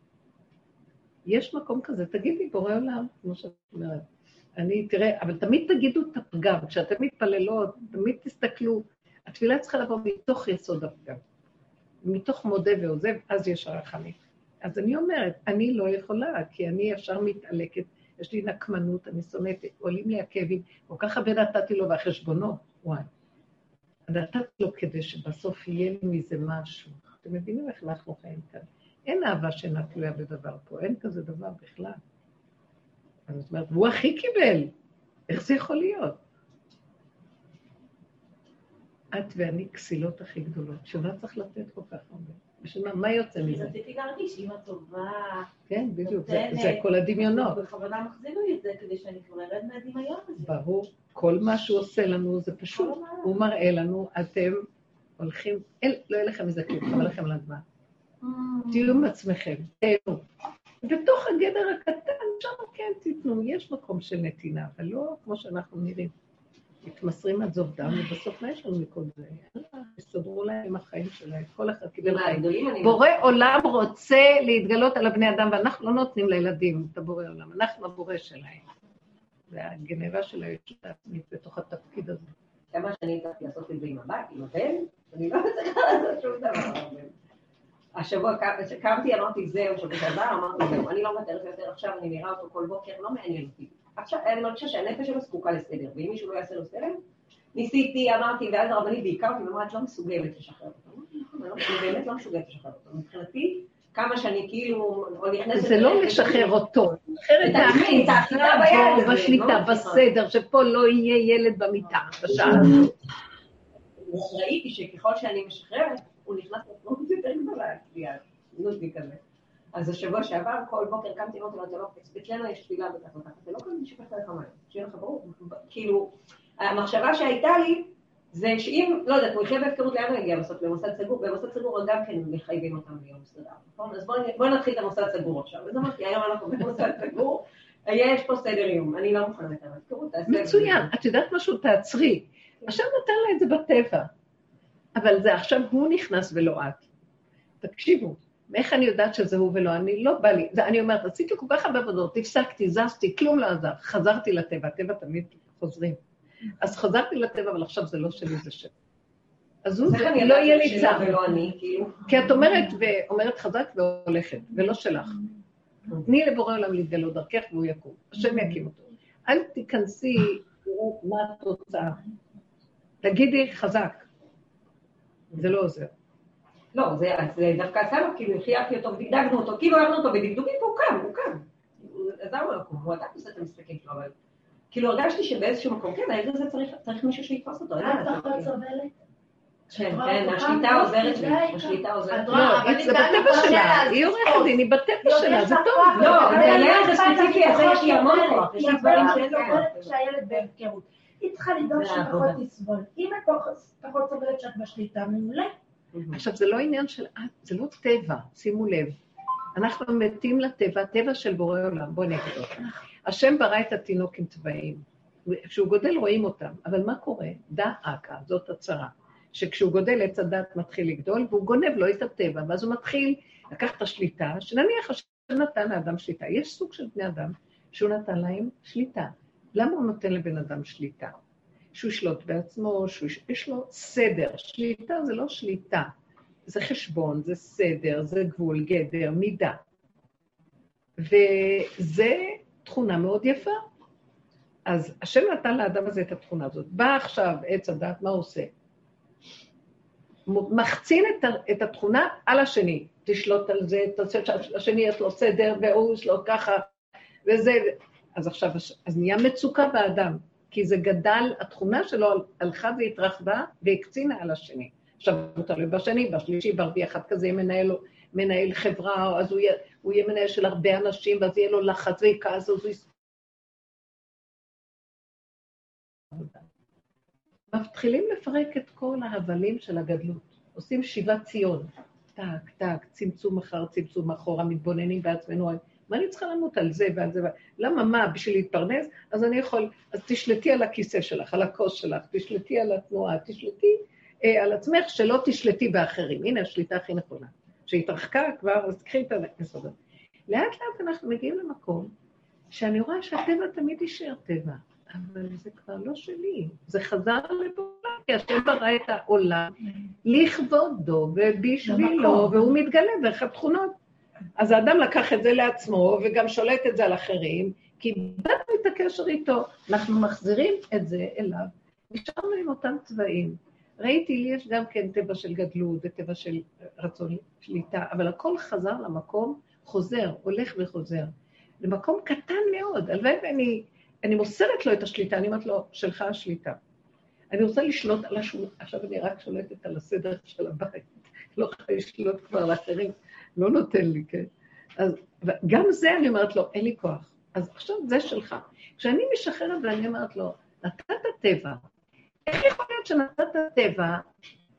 יש מקום כזה, תגידי, בורא עולם, כמו שאת אומרת. תראה, אבל תמיד תגידו את הפגם. כשאתם מתפללות, תמיד תסתכלו. התפילה צריכה לבוא מתוך יסוד הפגם. מתוך מודה ועוזב, אז יש הרחמים. אז אני אומרת, אני לא יכולה, כי אני ישר מתעלקת, יש לי נקמנות, אני שונאת, עולים לי הכאבים, כל כך הרבה נתתי לו והחשבונות, וואי. נתתי לו כדי שבסוף יהיה לי מזה משהו. אתם מבינים איך אנחנו חיים כאן? אין אהבה שאינה תלויה בדבר פה, אין כזה דבר בכלל. אז זאת אומרת, הוא הכי קיבל, איך זה יכול להיות? את ואני כסילות הכי גדולות, שמה צריך לתת כל כך הרבה? מה יוצא מזה? רציתי להרגיש, אמא טובה... כן, בדיוק, זה כל הדמיונות. בכוונה מחזינו את זה כדי שאני כבר ארד מהדמיון הזה. ברור, כל מה שהוא עושה לנו זה פשוט, הוא מראה לנו, אתם הולכים, לא יהיה לכם איזה כלום, חבל לכם לדבר. תהיו עם עצמכם, תהיו. בתוך הגדר הקטן, שם כן תיתנו, יש מקום של נתינה, אבל לא כמו שאנחנו נראים. מתמסרים עד זוב דם, ובסוף מה יש לנו מכל זה? הסתדרו להם עם החיים שלהם, כל אחד קיבל חיים. בורא עולם רוצה להתגלות על הבני אדם, ואנחנו לא נותנים לילדים את הבורא עולם, אנחנו הבורא שלהם. זה הגנבה של הישות העצמית בתוך התפקיד הזה. כמה שאני הצלחתי לעשות את זה עם הבת, עם הבן, אני לא צריכה לעשות שום דבר. השבוע קמתי, אמרתי זהו, שבוע שעבר, אמרתי זהו, אני לא מוותרת יותר, עכשיו אני נראה אותו כל בוקר, לא מעניין אותי. עכשיו, אני מרגישה שהנפש שלו זקוקה לסדר, ואם מישהו לא יעשה לו סדר, ניסיתי, אמרתי, ואז הרבנית בעיקר אותי, ואמרה, את לא מסוגלת לשחרר אותו. אני באמת לא מסוגלת לשחרר אותו. מבחינתי, כמה שאני כאילו, או נכנסת... זה לא לשחרר אותו, לשחרר את האחיזה בשליטה, בסדר, שפה לא יהיה ילד במיטה, בשעה. ראיתי שככל שאני משחררת, הוא נכנס לתנות יותר גדולה, נוזבי כזה. אז השבוע שעבר, כל בוקר קמתי ואומרתי לו, אתה לא, אצלנו יש תפילה בתחת, אתה לא קודם שפחת לך מים, שיהיה לך ברור. כאילו, המחשבה שהייתה לי, זה שאם, לא יודעת, הוא יחיה בהפקרות לאן הוא יגיע בסוף, במוסד סגור, במוסד סגור גם כן מחייבים אותם ליום מסודר, נכון? אז בואו נתחיל את המוסד סגור עכשיו. אז אמרתי, היום אנחנו במוסד סגור, יש פה סדר יום, אני לא מוכנה את ההפקרות, תעשה... מצוין, את יודעת משהו, תעצרי. עכשיו נתן לה את זה בטבע, אבל זה עכשיו הוא נכנס ולא את. תקשיבו. ואיך אני יודעת שזה הוא ולא אני? לא בא לי. אני אומרת, עשיתי כל כך הרבה עבודות, הפסקתי, זזתי, כלום לא עזר. חזרתי לטבע, הטבע תמיד חוזרים. אז חזרתי לטבע, אבל עכשיו זה לא שלי, זה שלי. אז הוא לא יהיה לי צער. כי את אומרת חזק והולכת, ולא שלך. תני לבורא עולם להתגלות דרכך והוא יקום. השם יקים אותו. אל תיכנסי, תראו מה התוצאה. תגידי חזק. זה לא עוזר. לא, זה דווקא עשה לו, כאילו חייבתי אותו ודגדגנו אותו, כאילו אהבנו אותו בדגדוגים והוא קם. עזרנו לקום, הוא עדיין עושה את המשחקים שלו, אבל כאילו הרגשתי שבאיזשהו מקום, כן, הילד הזה צריך מישהו שיתפוס אותו. את פחות סובלת? כן, השליטה עוזרת לי, השליטה עוזרת לי. לא, זה בטבע שלה, היא עורכת דין, היא בטבע שלה, זה טוב. לא, אבל הילד הספציפי הזה יש לי המון כוח, יש לי דברים שאין לו שהילד בהפקרות. היא צריכה לדאוג שפחות תסבול. אם את פחות סובלת שאת בשליטה, מעולה. עכשיו, זה לא עניין של זה לא טבע, שימו לב. אנחנו מתים לטבע, הטבע של בורא עולם, בואו נגיד אותם. השם ברא את התינוק עם צבעים. כשהוא גודל רואים אותם, אבל מה קורה? דאקה, זאת הצרה. שכשהוא גודל עץ הדת מתחיל לגדול, והוא גונב לו את הטבע, ואז הוא מתחיל לקחת את השליטה, שנניח השם נתן לאדם שליטה. יש סוג של בני אדם שהוא נתן להם שליטה. למה הוא נותן לבן אדם שליטה? שהוא שלוט בעצמו, שיש לו סדר. שליטה זה לא שליטה, זה חשבון, זה סדר, זה גבול, גדר, מידה. וזה תכונה מאוד יפה. אז השם נתן לאדם הזה את התכונה הזאת. בא עכשיו עץ הדת, מה הוא עושה? מחצין את התכונה על השני. תשלוט על זה, השני יש לו סדר, והוא יש לו ככה, וזה... אז עכשיו, אז נהיה מצוקה באדם. כי זה גדל, התכונה שלו הלכה והתרחבה והקצינה על השני. עכשיו הוא תלוי בשני, בשלישי, ברביע אחד כזה מנהל חברה, אז הוא יהיה מנהל של הרבה אנשים, ואז יהיה לו לחץ ויקעס, אז הוא מתחילים לפרק את כל ההבלים של הגדלות. עושים שיבת ציון, טק, צמצום אחר צמצום אחורה, מתבוננים בעצמנו, מה אני צריכה למות על זה ועל זה? למה מה? בשביל להתפרנס? אז אני יכול, אז תשלטי על הכיסא שלך, על הכוס שלך, תשלטי על התנועה, תשלטי על עצמך, שלא תשלטי באחרים. הנה השליטה הכי נכונה. שהתרחקה כבר, אז תקחי את היסוד. לאט לאט אנחנו מגיעים למקום, שאני רואה שהטבע תמיד יישאר טבע, אבל זה כבר לא שלי. זה חזר לפעולה, כי השם ברא את העולם לכבודו ובשבילו, והוא מתגלה דרך התכונות. אז האדם לקח את זה לעצמו, וגם שולט את זה על אחרים, כי איבדנו את הקשר איתו. אנחנו מחזירים את זה אליו, נשארנו עם אותם צבעים. ראיתי, לי יש גם כן טבע של גדלות, וטבע של רצון שליטה, אבל הכל חזר למקום, חוזר, הולך וחוזר. למקום קטן מאוד, הלוואי ואני מוסרת לו את השליטה, אני אומרת לו, שלך השליטה. אני רוצה לשלוט על השולחן, עכשיו אני רק שולטת על הסדר של הבית, לא יכולה לשלוט כבר לאחרים. לא נותן לי, כן? אז גם זה אני אומרת לו, אין לי כוח. אז עכשיו זה שלך. כשאני משחררת ואני אומרת לו, נתת טבע. איך יכול להיות שנתת טבע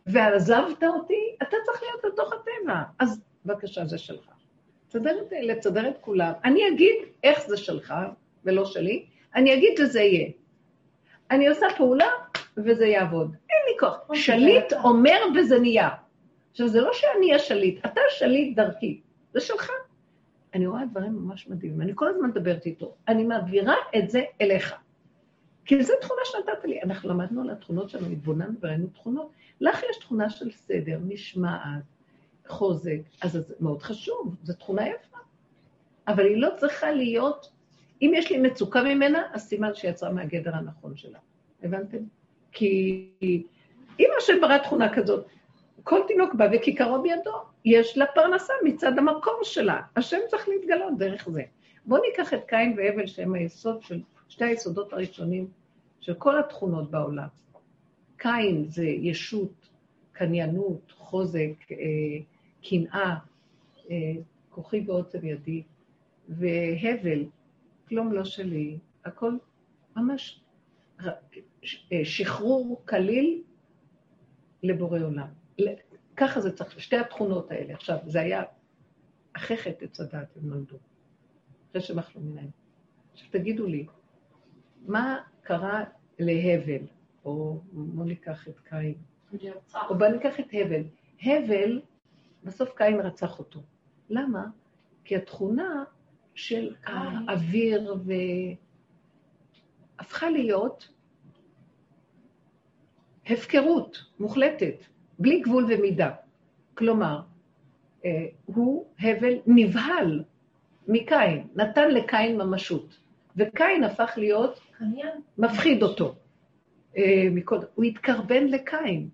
ועזבת אותי, אתה צריך להיות בתוך הטבע. אז בבקשה, זה שלך. לצדר את כולם. אני אגיד איך זה שלך ולא שלי, אני אגיד שזה יהיה. אני עושה פעולה וזה יעבוד. אין לי כוח. שליט אומר וזה נהיה. עכשיו, זה לא שאני השליט, אתה שליט דרכי, זה שלך. אני רואה דברים ממש מדהימים, אני כל הזמן מדברת איתו, אני מעבירה את זה אליך. כי זו תכונה שנתת לי, אנחנו למדנו על התכונות שלנו, התבוננו וראינו תכונות, לך יש תכונה של סדר, משמעת, חוזק, אז זה מאוד חשוב, זו תכונה יפה. אבל היא לא צריכה להיות, אם יש לי מצוקה ממנה, אז סימן שיצרה מהגדר הנכון שלה. הבנתם? כי אם השם ברא תכונה כזאת, כל תינוק בא וכיכרו בידו, יש לה פרנסה מצד המקור שלה. השם צריך להתגלות דרך זה. בואו ניקח את קין והבל שהם היסוד של שתי היסודות הראשונים של כל התכונות בעולם. קין זה ישות, קניינות, חוזק, קנאה, כוחי ועוצם ידי, והבל, כלום לא שלי, הכל ממש שחרור כליל לבורא עולם. ככה זה צריך, שתי התכונות האלה. עכשיו, זה היה אחרי חטא עץ הדעת, הם נולדו. אחרי שמחלו מנהם. עכשיו, תגידו לי, מה קרה להבל? או בוא ניקח את קין. או בוא ניקח את הבל. הבל, בסוף קין רצח אותו. למה? כי התכונה של האוויר הפכה להיות הפקרות מוחלטת. בלי גבול ומידה. כלומר, הוא הבל נבהל מקין, נתן לקין ממשות. וקין הפך להיות מפחיד אותו. הוא התקרבן לקין.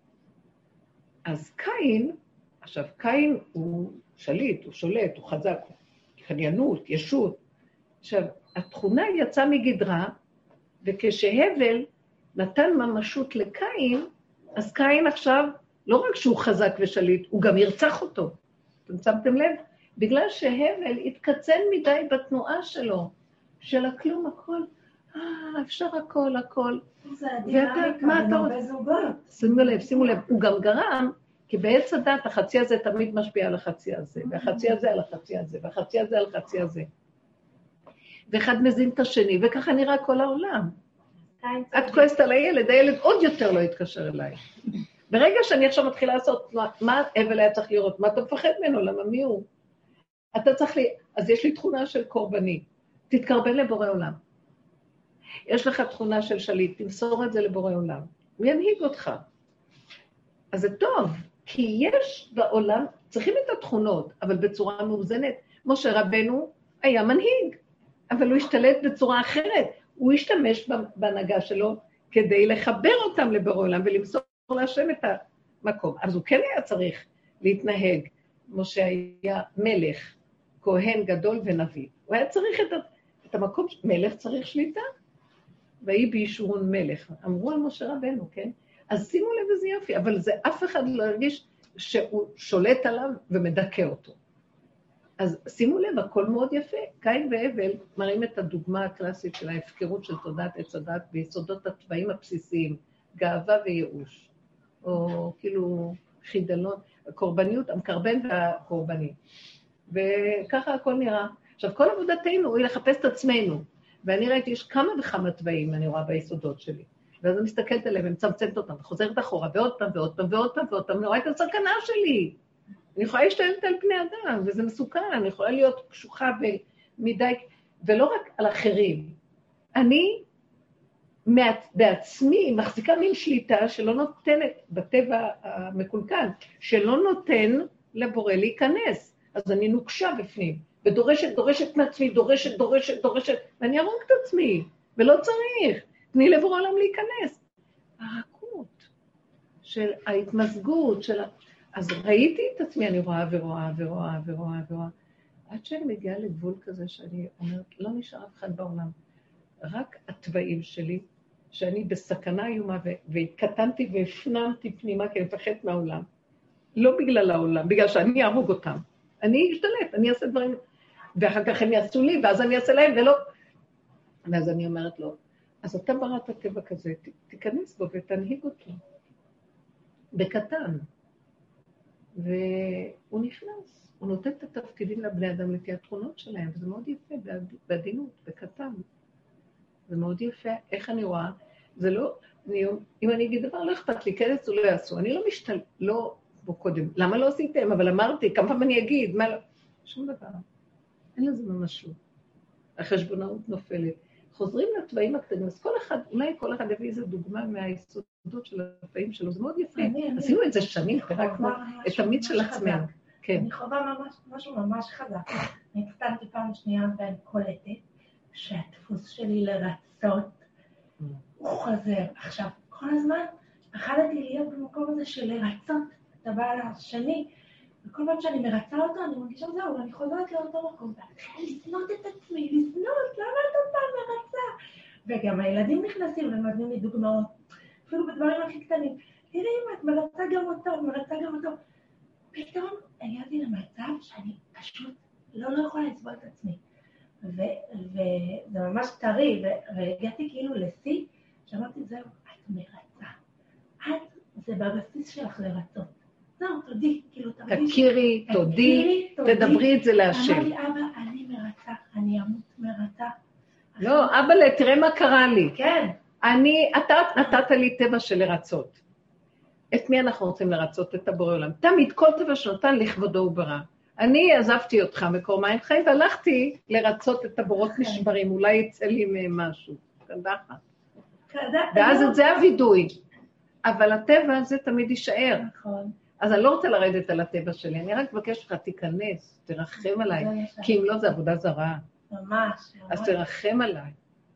אז קין, עכשיו קין הוא שליט, הוא שולט, הוא חזק, קניינות, ישות. עכשיו, התכונה יצאה מגדרה, וכשהבל נתן ממשות לקין, אז קין עכשיו, לא רק שהוא חזק ושליט, הוא גם ירצח אותו. אתם שמתם לב? בגלל שהבל התקצן מדי בתנועה שלו, של הכלום הכל, אפשר הכל. זה הדינמיקה, בין הרבה זוגות. שימו לב, הוא גם גרם, כי בעץ הדת החצי הזה תמיד משפיע על החצי הזה, והחצי הזה על החצי הזה, והחצי הזה על החצי הזה. ואחד מזין את השני, וככה נראה כל העולם. את כועסת על הילד עוד יותר לא יתקשר אליי. ברגע שאני עכשיו מתחילה לעשות, מה הבל היה צריך לראות? מה אתה מפחד ממנו? למה מי הוא? אתה צריך אז יש לי תכונה של קורבני. תתקרבן לבורא עולם. יש לך תכונה של שליט, תמסור את זה לבורא עולם. הוא ינהיג אותך. אז זה טוב, כי יש בעולם, צריכים את התכונות, אבל בצורה מאוזנת. משה רבנו היה מנהיג, אבל הוא השתלט בצורה אחרת. הוא השתמש בהנהגה שלו כדי לחבר אותם לבורא עולם ולמסור להשם את המקום. אז הוא כן היה צריך להתנהג. משה היה מלך, כהן גדול ונביא. הוא היה צריך את המקום, מלך צריך שליטה. והיא בישורון מלך. אמרו על משה רבנו, כן? אז שימו לב איזה יופי, אבל זה אף אחד לא הרגיש שהוא שולט עליו ומדכא אותו. אז שימו לב, הכל מאוד יפה. קין והבל מראים את הדוגמה הקלאסית של ההפקרות של תודעת עץ הדת ביסודות הטבעים הבסיסיים, גאווה וייאוש, או כאילו חידלון, קורבניות, המקרבן והקורבני. וככה הכל נראה. עכשיו, כל עבודתנו היא לחפש את עצמנו, ואני ראיתי, יש כמה וכמה טבעים, אני רואה ביסודות שלי. ואז אני מסתכלת עליהם, ומצמצמת אותם, וחוזרת אחורה, ועוד פעם, ועוד פעם, ועוד פעם, ועוד פעם, אני רואה את הסכנה שלי. אני יכולה להשתלט על פני אדם, וזה מסוכן, אני יכולה להיות קשוחה מדי, ולא רק על אחרים. אני בעצמי מחזיקה מין שליטה שלא נותנת, בטבע המקולקל, שלא נותן לבורא להיכנס. אז אני נוקשה בפנים, ודורשת מעצמי, דורשת, ואני ארוג את עצמי, ולא צריך. תני לבורא עולם להיכנס. הרכות של ההתמזגות, אז ראיתי את עצמי, אני רואה, עד שאני מגיעה לגבול כזה שאני אומרת, לא נשאר אף אחד בעולם. רק הטבעים שלי, שאני בסכנה איומה, והתקטנתי והפנמתי פנימה, כי אני מפחדת מהעולם. לא בגלל העולם, בגלל שאני ארוג אותם. אני אשתלט, אני אעשה דברים, ואחר כך הם יעשו לי, ואז אני אעשה להם, ולא. ואז אני אומרת לו, אז אתה בראת הטבע כזה, תיכנס בו ותנהיג אותו. בקטן. והוא נכנס, הוא נותן את התפקידים לבני אדם לפי התכונות שלהם, וזה מאוד יפה, בעדינות, בקטן. זה מאוד יפה, איך אני רואה? זה לא, אם אני אגיד דבר, לא אכפת לי, כדס או לא יעשו, אני לא בוא קודם, למה לא עשיתם? אבל אמרתי, כמה פעם אני אגיד, מה לא? שום דבר. אין לזה ממשות. החשבונאות נופלת. חוזרים לטבעים הקטנים, אז כל אחד, אולי כל אחד יביא איזו דוגמה מהיסודות של הטבעים שלו, זה מאוד יפה. עשינו את זה שנים, פירקנו את המיץ של עצמנו. אני חווה משהו ממש חזק. אני קטנתי פעם שנייה ואני קולטת שהדפוס שלי לרצות הוא חוזר. עכשיו, כל הזמן החלטתי להיות במקום הזה של לרצות את הבעל השני, וכל פעם שאני מרצה אותו, אני מרגישה זהו, אני חוזרת לאותו מקום, ואני לסנות את עצמי, לסנות, למה את אותה מרצה? וגם הילדים נכנסים ונותנים לי דוגמאות, אפילו בדברים הכי קטנים, תראי אם את מרצה גם אותו, מרצה גם אותו. פתאום הגעתי למצב שאני פשוט לא יכולה לסבול את עצמי. וזה ממש טרי, והגעתי כאילו לשיא, שאמרתי, זהו, את מרצה. זה בבסיס שלך לרצות. זהו, תודי, כאילו תרגיש. תכירי, תודי, תדברי את זה להשם. אמר לי, אבא, אני מרצה, אני אמות מרצה. לא, אבא, תראה מה קרה לי. כן. אתה נתת לי טבע של לרצות. את מי אנחנו רוצים לרצות? את הבורא עולם. תמיד כל טבע שנותן לכבודו וברא. אני עזבתי אותך מקור מים חי, והלכתי לרצות את הבורות נשברים, אולי יצא לי מהם משהו. כדחה. ואז את זה הווידוי. אבל הטבע הזה תמיד יישאר. נכון. אז אני לא רוצה לרדת על הטבע שלי, אני רק מבקש לך, תיכנס, תרחם עליי, כי אם לא זה עבודה זרה. ממש. אז תרחם עליי.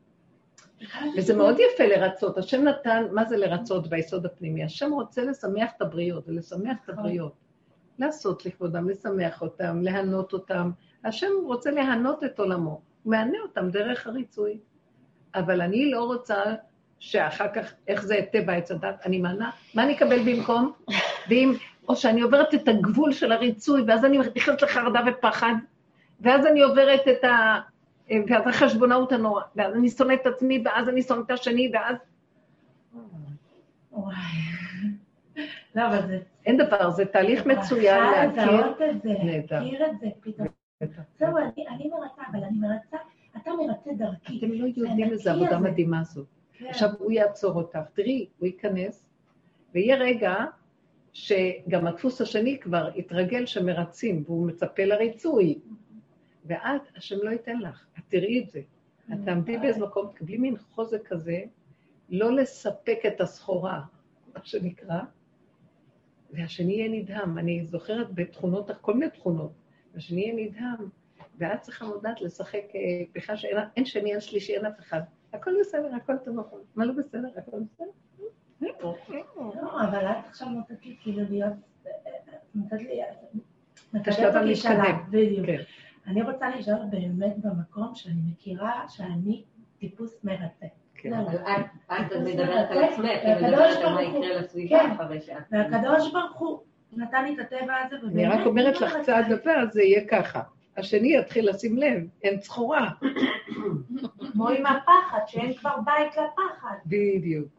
וזה מאוד יפה לרצות. השם נתן, מה זה לרצות ביסוד הפנימי? השם רוצה לשמח את הבריות, ולשמח את הבריות. לעשות לכבודם, לשמח אותם, להנות אותם. השם רוצה להנות את עולמו. הוא מענה אותם דרך הריצוי. אבל אני לא רוצה שאחר כך, איך זה טבע עץ הדת, אני מענה, מה אני אקבל במקום? או שאני עוברת את הגבול של הריצוי, ואז אני נכנסת לחרדה ופחד, ואז אני עוברת ואז החשבונאות הנורא, ואז אני שונא את עצמי, ואז אני שונא את השני, ואז... וואי. לא, אבל זה... אין דבר, זה תהליך מצוין להכיר. להכיר את זה פתאום. זהו, אני מרצה, אבל אני מרצה, אתה מרצה דרכי. אתם לא יודעים איזו עבודה מדהימה זאת. עכשיו הוא יעצור אותך, תראי, הוא ייכנס, ויהיה רגע שגם הדפוס השני כבר יתרגל שמרצים, והוא מצפה לריצוי. ואת, השם לא ייתן לך, את תראי את זה. את תעמדי באיזה מקום, תקבלי מין חוזק כזה, לא לספק את הסחורה, מה שנקרא, והשני יהיה נדהם. אני זוכרת בתכונות, כל מיני תכונות, והשני יהיה נדהם, ואת צריכה מודעת לשחק בכלל שאין שני, אין שלישי, אין אף אחד. הכל בסדר, הכל טוב, הכל. מה לא בסדר, הכל בסדר? לא, אבל את עכשיו נותנת לי כאילו להיות, נותנת לי, השלב המתקדם. בדיוק. אני רוצה להישאר באמת במקום שאני מכירה שאני טיפוס מרצה. אבל את מדברת על עצמך, היא מדברת על מה יקרה לסביבה אחרי שאת. והקדוש ברוך הוא נתן לי את הטבע הזה, אני רק אומרת לך צעד דבר, זה יהיה ככה. השני יתחיל לשים לב, אין צחורה. כמו עם הפחד, שאין כבר בית לפחד. בדיוק.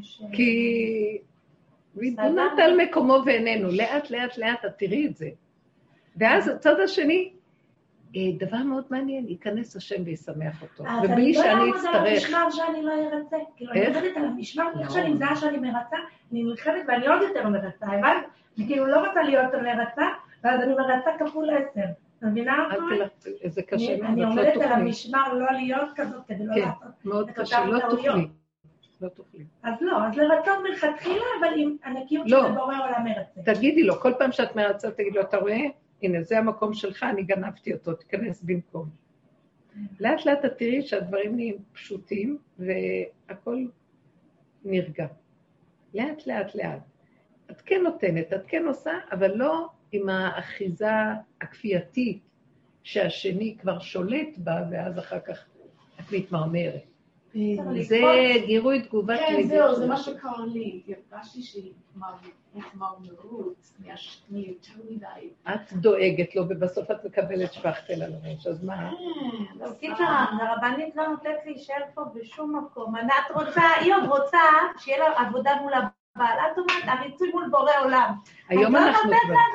כי ריבונות על מקומו ואיננו, לאט לאט לאט את תראי את זה. ואז הצד השני, דבר מאוד מעניין, ייכנס השם וישמח אותו. ובלי שאני אצטרך... אז אני לא אעמוד על המשמר שאני לא ארצה. כאילו, אני נלחמת על המשמר, איך שאני מזהה שאני מרצה, אני נלחמת ואני עוד יותר מרצה, אבל אני כאילו לא רוצה להיות מרצה, ואז אני מרצה כפול 10. מבינה? זה קשה מאוד, אני עומדת על המשמר לא להיות כזאת כדי לא לעשות. מאוד קשה, לא תוכלי. לא תוכלי. אז לא, אז לרצות מלכתחילה, אבל עם הנקיות שזה בורא עולם מרצה. תגידי לו, כל פעם שאת מרצה, תגיד לו, אתה רואה? הנה, זה המקום שלך, אני גנבתי אותו, תיכנס במקום. לאט לאט את תראי שהדברים נהיים פשוטים, והכל נרגע. לאט לאט לאט. את כן נותנת, את כן עושה, אבל לא עם האחיזה הכפייתית שהשני כבר שולט בה, ואז אחר כך את מתמרמרת. זה גירוי תגובת ליבי. כן, זהו, זה מה שקרה לי. הרגשתי שהתמרמרות מיותר מדי. את דואגת לו, ובסוף את מקבלת שפכתל על הראש, אז מה? קיצרה, הרבנית לא נותנת להישאר פה בשום מקום. היא עוד רוצה שיהיה לה עבודה מול הבעל, את אומרת, הריצוי מול בורא עולם. היום אנחנו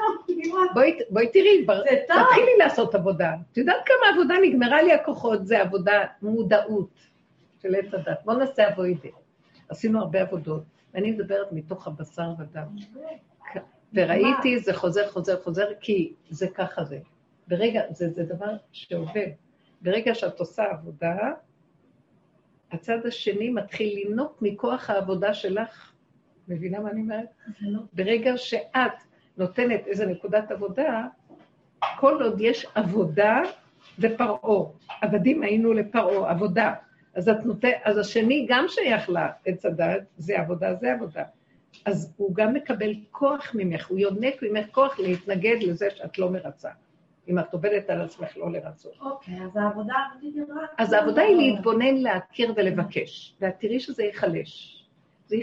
בואי תראי, תתחילי לעשות עבודה. את יודעת כמה עבודה נגמרה לי הכוחות, זה עבודה מודעות של עץ הדת. בואו נעשה עבודה. עשינו הרבה עבודות, ואני מדברת מתוך הבשר ודם. וראיתי, זה חוזר, כי זה ככה זה. ברגע, זה דבר שעובד. ברגע שאת עושה עבודה, הצד השני מתחיל לנוק מכוח העבודה שלך. מבינה מה אני אומרת? ברגע שאת נותנת איזו נקודת עבודה, כל עוד יש עבודה ופרעו. עבדים היינו לפרעו, עבודה. אז השני גם שייך לעץ הדת, זה עבודה. אז הוא גם מקבל כוח ממך, הוא יונק ממך כוח להתנגד לזה שאת לא מרצה. אם את עובדת על עצמך לא לרצות. אוקיי, אז העבודה אז העבודה היא להתבונן, להכיר ולבקש. ואת תראי שזה ייחלש. זה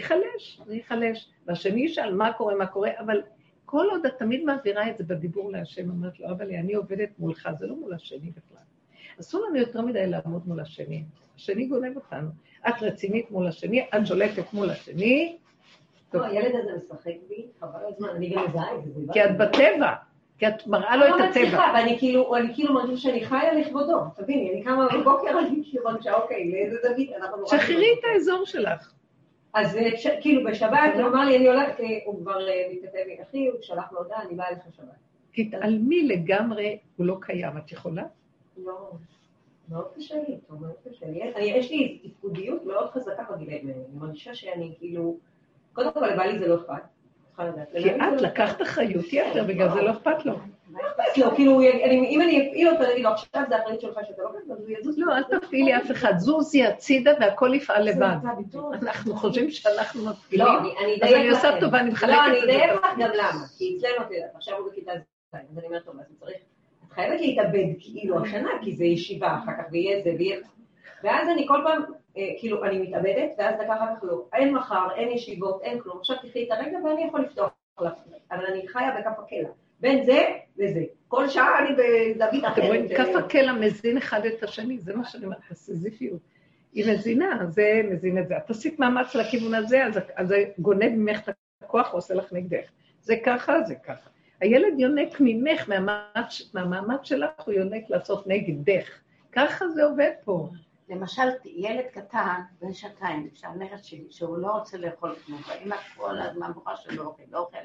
ייחלש. והשני ישאל מה קורה, אבל כל עוד את תמיד מעבירה את זה בדיבור להשם, אומרת לו, אבל אני עובדת מולך, זה לא מול השני בכלל. אסור לנו יותר מדי לעמוד מול השני. השני גונב אותנו. את רצינית מול השני, את שולטת מול השני. לא, הילד הזה משחק בי, חבל הזמן, אני גם מזהה את זה. כי את בטבע. כי את מראה לו את הטבע. לא מצליחה, ואני כאילו מרגיש שאני חיה לכבודו. תביני, אני קמה בבוקר, אני כאילו מרגישה, אוקיי, לאיזה דוד, אנחנו נורא... שחררי את האזור שלך. אז כאילו בשבת, הוא אמר לי, אני הולכת, הוא כבר מתכתב עם אחי, הוא שלח לו הודעה, אני באה לך שבת. כי תעלמי לגמרי, הוא לא קיים, את יכולה? לא, מאוד קשה לי, מאוד קשה לי. יש לי התפקודיות מאוד חזקה בגילאים האלה, אני מרגישה שאני כאילו, קודם כל לבעלי זה לא אכפת. כי את לקחת אחריות יתר, בגלל זה לא אכפת לו. לא, כאילו, אם אני אפעיל אותו, נגיד לו, עכשיו זה האחריות שלך שאתה לא כזה, אז הוא יזוז. לא, אל תפעילי אף אחד, זוזי הצידה והכל יפעל לבד. אנחנו חושבים שאנחנו מפעילים, אז אני עושה טובה, אני מחלקת את זה. לא, אני אדייק לך גם למה, כי אצלנו, עכשיו הוא בכיתה ז', אז אני אומרת, טוב, אז הוא צריך, את חייבת להתאבד כאילו השנה, כי זה ישיבה, אחר כך ויהיה זה, ואז אני כל פעם, כאילו, אני מתאבדת, ואז דקה אחר כך לא, אין מחר, אין ישיבות, אין כלום, עכשיו תחי את הרגע ואני יכול לפתוח לך, אבל אני חיה בכף הקלע, בין זה וזה, כל שעה אני בזווית אחרת. אתם רואים, כף הקלע מזין אחד את השני, זה מה שאני אומרת, הסזיפיות. היא מזינה, זה מזין את זה. את עשית מאמץ לכיוון הזה, אז זה גונב ממך את הכוח, עושה לך נגדך. זה ככה, זה ככה. הילד יונק ממך, מהמאמץ שלך, הוא יונק לעשות נגדך. ככה זה עובד פה. למשל, ילד קטן, בן שנתיים, שהנרץ שלי, שהוא לא רוצה לאכול כלום, ואמא כל הזמן בוכה שלא אוכל,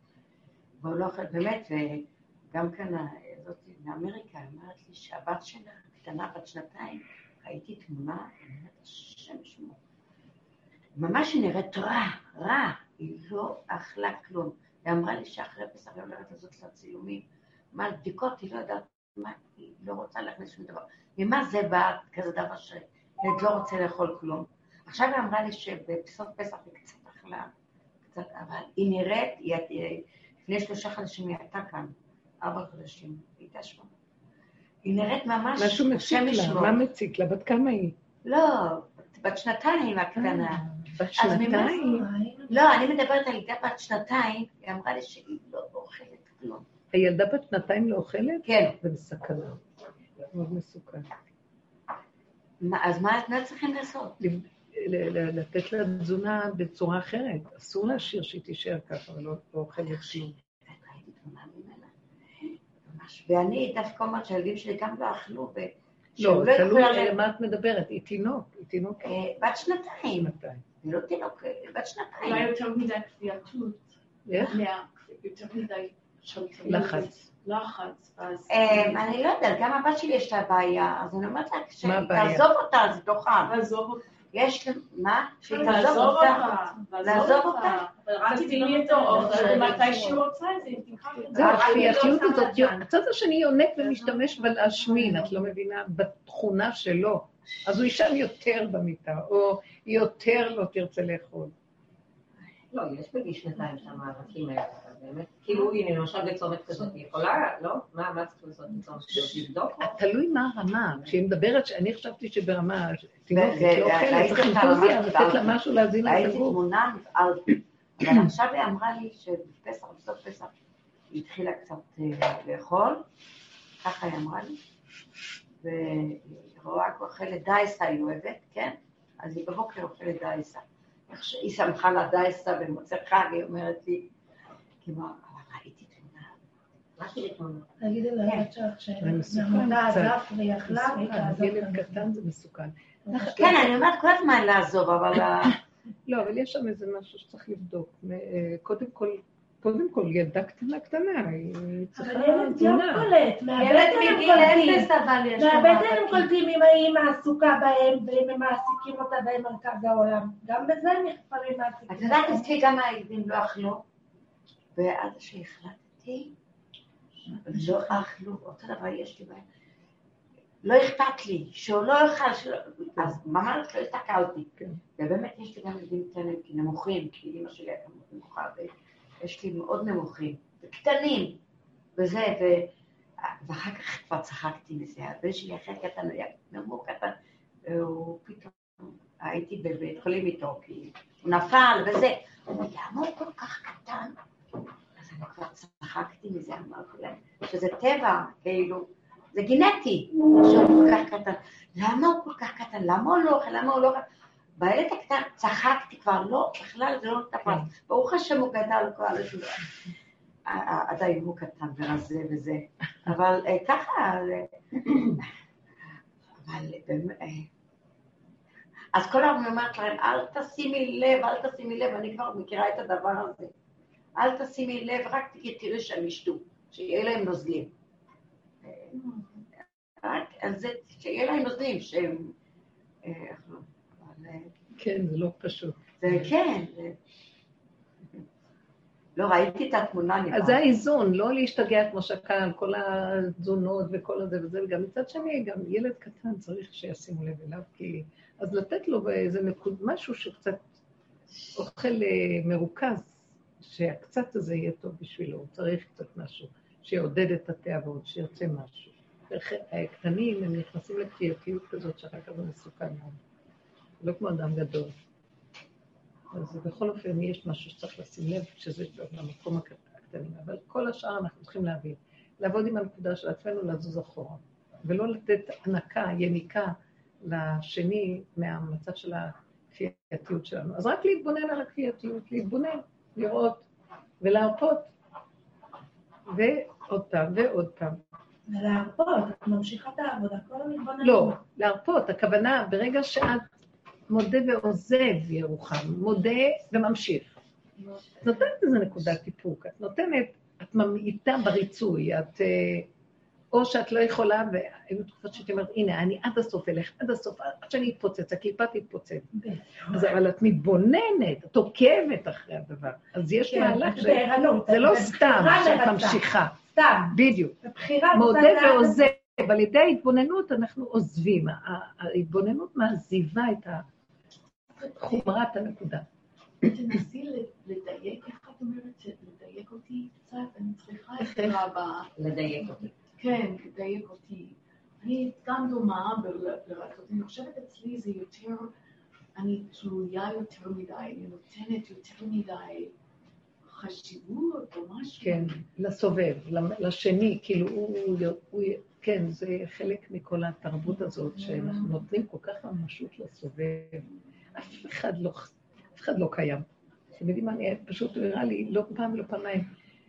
והוא לא אוכל, באמת, וגם כאן, זאת מאמריקה, אמרת לי שהבת שלה, קטנה בת שנתיים, ראיתי תמונה, אמרת, השם שמו, ממש היא נראית רע, היא לא אכלה כלום, היא אמרה לי שאחרי פסח היא הולכת לעשות לה צילומים, מה על בדיקות, היא לא יודעת מה, היא לא רוצה להכניס שום דבר, ממה זה בא כזה דבר שילד לא רוצה לאכול כלום. עכשיו היא אמרה לי שבסוף פסח היא קצת אכלה, אבל היא נראית, לפני 3 חודשים היא הייתה כאן, 4 חודשים, היא הייתה שמה. היא נראית ממש... משהו מציק לה, מה מציק לה? בת כמה היא? לא, בת שנתיים הקטנה. בת שנתיים? לא, אני מדברת על ילדה בת שנתיים, היא אמרה לי שהיא לא אוכלת כלום. הילדה בת שנתיים לא אוכלת? כן. זה בסכנה. מאוד מסוכן. אז מה צריכים לעשות? לתת לה תזונה בצורה אחרת. אסור להשאיר שהיא תישאר ככה, ולא אוכלת כלום. ראיתי תמונה ממנה. ואני דווקא אומרת שהילדים שלי גם לא אכלו. לא, תלוי למה את מדברת. היא תינוק. בת שנתיים. היא לא תינוק, בת שנתיים. אולי יותר מדי כפייתות. איך? יותר מדי לחץ. אני לא יודעת, גם הבת שלי יש לה בעיה, אז אני אומרת לה, תעזוב אותה, אז תוכל. תעזוב אותה. יש לה, מה? תעזוב אותה. לעזוב אותה. רק תתני את האוכל, מתי שהוא רוצה את זה, אם תיקח את זה. זה הכפייתיות הזאת, הצד השני יונק ומשתמש בלהשמין, את לא מבינה, בתכונה שלו. אז הוא יישן יותר במיטה, או יותר לא תרצה לאכול. לא, יש בגיל 2 שם המאבקים האלה, באמת. כאילו, הנה, למשל בצומת כזאת, היא יכולה, לא? מה צריך לעשות בצומת כזאת? לבדוק? תלוי מה הרמה. כשהיא מדברת, אני חשבתי שברמה, תינוקת לא אוכלת, צריך אינפוזיה, לתת לה משהו להזין לה את הגוף. ראיתי תמונה, אבל עכשיו היא אמרה לי שבפסח, בסוף פסח, היא התחילה קצת לאכול, ככה היא אמרה לי, והיא רואה אוכלת דייסה, היא אוהבת, כן? אז היא בבוקר אוכלת דייסה. איך שהיא שמחה לדייסה במוצא חג, היא אומרת לי, כמו, אבל ראיתי תמונה. מה שלי תמונה? תגידי לילד שלך שהמותה עזף ויכלה, ילד קטן זה מסוכן. כן, אני אומרת כל הזמן לעזוב, אבל... לא, אבל יש שם איזה משהו שצריך לבדוק. קודם כל, ילדה קטנה, היא צריכה אבל ילד גם קולט, מהבטן הם קולטים אם האמא עסוקה בהם, ואם הם מעסיקים אותה במרכז העולם. גם בזה הם יכולים להעסיק. את יודעת, אצלי גם הילדים לא אכלו, ועד שהחלטתי, לא אכלו, אותו דבר יש לי בהם. לא אכפת לי, שהוא לא אוכל, אז ממש לא הסתכלתי. ובאמת יש לי גם ילדים קטנים, כי נמוכים, כי אמא שלי הייתה נמוכה, ויש לי מאוד נמוכים, וקטנים, וזה, ואחר כך כבר צחקתי מזה, הבן שלי אחרי קטן, היה נמוך קטן, הוא פתאום, הייתי בבית חולים איתו, כי הוא נפל וזה, הוא אומר, למה הוא כל כך קטן? אז אני כבר צחקתי מזה, אמרתי להם, שזה טבע, כאילו, זה גנטי, שהוא כל כך קטן. למה הוא כל כך קטן? למה הוא לא אוכל? למה הוא לא אוכל? בילד הקטן צחקתי כבר, לא, בכלל זה לא תפס. ברוך השם הוא גדל כבר, עדיין הוא קטן ורזה וזה. אבל ככה, אבל אז כל הזמן אומרת להם, אל תשימי לב, אני כבר מכירה את הדבר הזה. אל תשימי לב, רק תראי שהם ישתו, שיהיה להם נוזלים. אז זה, שיהיה להם נוזלים, שהם... כן, זה לא פשוט. זה כן. לא, ראיתי את התמונה. אז זה האיזון, לא להשתגע כמו שכאן, כל התזונות וכל הזה וזה, וגם מצד שני, גם ילד קטן צריך שישימו לב אליו, כי... אז לתת לו באיזה משהו שקצת אוכל מרוכז, שהקצת הזה יהיה טוב בשבילו, הוא צריך קצת משהו, שיעודד את התאבות, שיוצא משהו. הקטנים הם נכנסים לכפייתיות כזאת שאחר כך זה מסוכן מאוד. לא כמו אדם גדול. אז בכל אופן יש משהו שצריך לשים לב, שזה במקום הקטנים. אבל כל השאר אנחנו צריכים להבין. לעבוד עם הנקודה של עצמנו, לזוז אחורה. ולא לתת ענקה, יניקה, לשני מהמצב של הכפייתיות שלנו. אז רק להתבונן על הכפייתיות, להתבונן, לראות ולהרפות. ועוד פעם ועוד פעם. ולהרפות, את ממשיכה את העבודה, כל המתבוננות. לא, להרפות, הכוונה ברגע שאת מודה ועוזב ירוחם, מודה וממשיך. את נותנת איזה נקודת טיפוק, את נותנת, את ממעיטה בריצוי, את, או שאת לא יכולה, והיו תקופות שאתה אומרת, הנה, אני עד הסוף אלך, עד הסוף, עד שאני אתפוצץ, הקליפה תתפוצץ. אבל את מתבוננת, את עוקבת אחרי הדבר. אז יש מהלך זה לא סתם שאת ממשיכה. סתם. בדיוק. מודה ועוזב. על ידי ההתבוננות אנחנו עוזבים. ההתבוננות מעזיבה את חומרת הנקודה. תנסי לדייק, איך את אומרת? לדייק אותי קצת? אני צריכה עזרה לדייק אותי. כן, לדייק אותי. אני גם דומה לרצות. אני חושבת אצלי זה יותר, אני תלויה יותר מדי, אני נותנת יותר מדי חשיבות או משהו. כן, לסובב, לשני, כאילו הוא כן, זה חלק מכל התרבות הזאת, שאנחנו נותנים כל כך ממשות לסובב. אף אחד לא קיים. אתם יודעים מה, אני פשוט נראה לי, לא פעם, לא פעמיים,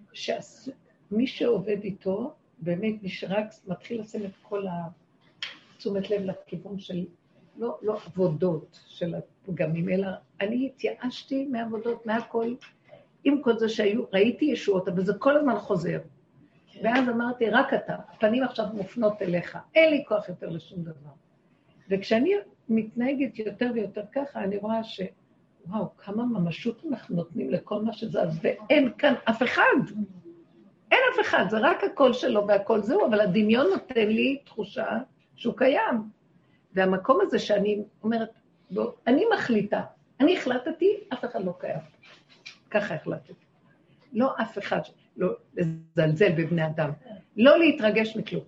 שמי שעובד איתו, באמת מי שרק מתחיל לשים את כל תשומת לב לכיוון של, לא עבודות של הפגמים, אלא אני התייאשתי מהעבודות, מהכל, עם כל זה ראיתי ישועות, אבל זה כל הזמן חוזר. ואז אמרתי, רק אתה, הפנים עכשיו מופנות אליך, אין לי כוח יותר לשום דבר. וכשאני מתנהגת יותר ויותר ככה, אני רואה וואו, כמה ממשות אנחנו נותנים לכל מה שזז, ואין כאן אף אחד. אין אף אחד, זה רק הקול שלו והקול זהו, אבל הדמיון נותן לי תחושה שהוא קיים. והמקום הזה שאני אומרת, בוא, אני מחליטה, אני החלטתי, אף אחד לא קיים. ככה החלטתי. לא אף אחד, לא לזלזל בבני אדם, לא להתרגש מכלום.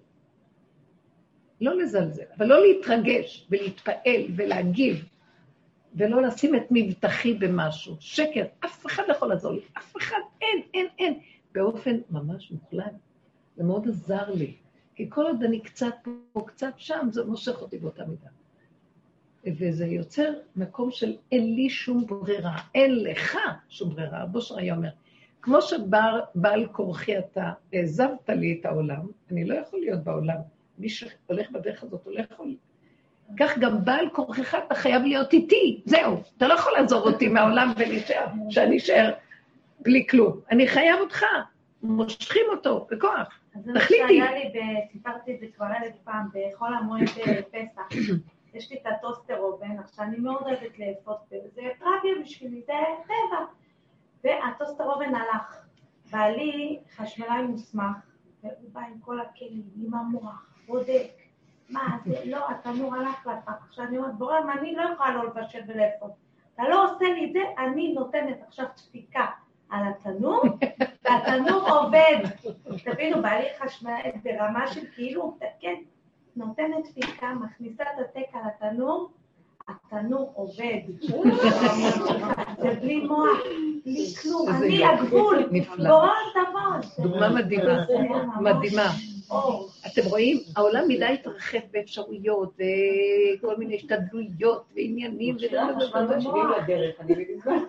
לא לזלזל, אבל לא להתרגש ולהתפעל ולהגיב, ולא לשים את מבטחי במשהו. שקר, אף אחד לא יכול לעזור לי, אף אחד, אין. באופן ממש מוחלט. זה מאוד עזר לי, כי כל עוד אני קצת פה, קצת שם, זה מושך אותי באותה מידה. וזה יוצר מקום של אין לי שום ברירה, אין לך שום ברירה. רבו שריה אומר, כמו שבעל כורחי אתה העזבת לי את העולם, אני לא יכול להיות בעולם. מי שהולך בדרך הזאת, הוא לא יכול. כך גם בעל כורחך אתה חייב להיות איתי, זהו. אתה לא יכול לעזור אותי מהעולם ולהישאר, שאני אשאר בלי כלום. אני חייב אותך, מושכים אותו בכוח. תחליטי. אז זה שהיה לי, סיפרתי את זה כבר אלף פעם, בחול המועד פסח. יש לי את הטוסטר אובן, עכשיו אני מאוד אוהבת לאפות, זה פרקיה בשבילי, זה טבע. והטוסטר אובן הלך. בעלי חשמלאי מוסמך, והוא בא עם כל הכלים, עם המוח, בודק. מה, זה לא, התנור הלך לך. עכשיו אני אומרת, בורם, אני לא יכולה לא לבשל ולאפות. אתה לא עושה לי את זה, אני נותנת עכשיו דפיקה על התנור, התנור עובד. תבינו, בעלי חשמלאי ברמה של כאילו, כן, נותנת דפיקה, מכניסה את הטק על התנור, התנור עובד. זה בלי מוח, בלי כלום. אני הגבול, בורם תבוא. דוגמה מדהימה, מדהימה. אתם רואים, העולם מדי התרחב באפשרויות, וכל מיני השתדלויות, ועניינים, שירה חשמל משאבים לדרך, אני מבינה.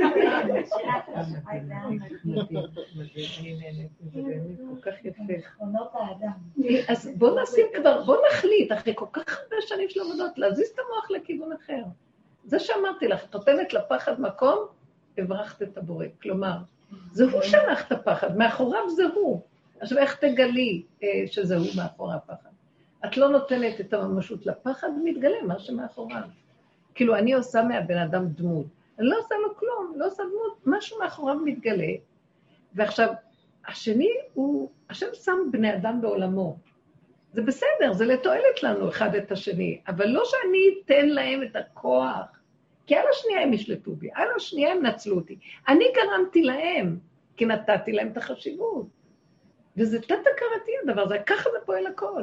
אני נהנית, זה באמת כל כך יפה. אז בוא נשים כבר, בוא נחליט, אחרי כל כך הרבה שנים של עבודות, להזיז את המוח לכיוון אחר. זה שאמרתי לך, נותנת לפחד מקום, הברכת את הבורא. כלומר, זה הוא שלח את הפחד, מאחוריו זה הוא. עכשיו, איך תגלי שזה הוא מאחורי הפחד? את לא נותנת את הממשות לפחד, מתגלה מה שמאחוריו. כאילו, אני עושה מהבן אדם דמות. אני לא עושה לו כלום, לא עושה דמות, משהו מאחוריו מתגלה. ועכשיו, השני הוא, השם שם בני אדם בעולמו. זה בסדר, זה לתועלת לנו אחד את השני, אבל לא שאני אתן להם את הכוח, כי על השנייה הם ישלטו בי, על השנייה הם נצלו אותי. אני גרמתי להם, כי נתתי להם את החשיבות. וזה תת-הכרתי הדבר הזה, ככה זה פועל הכל.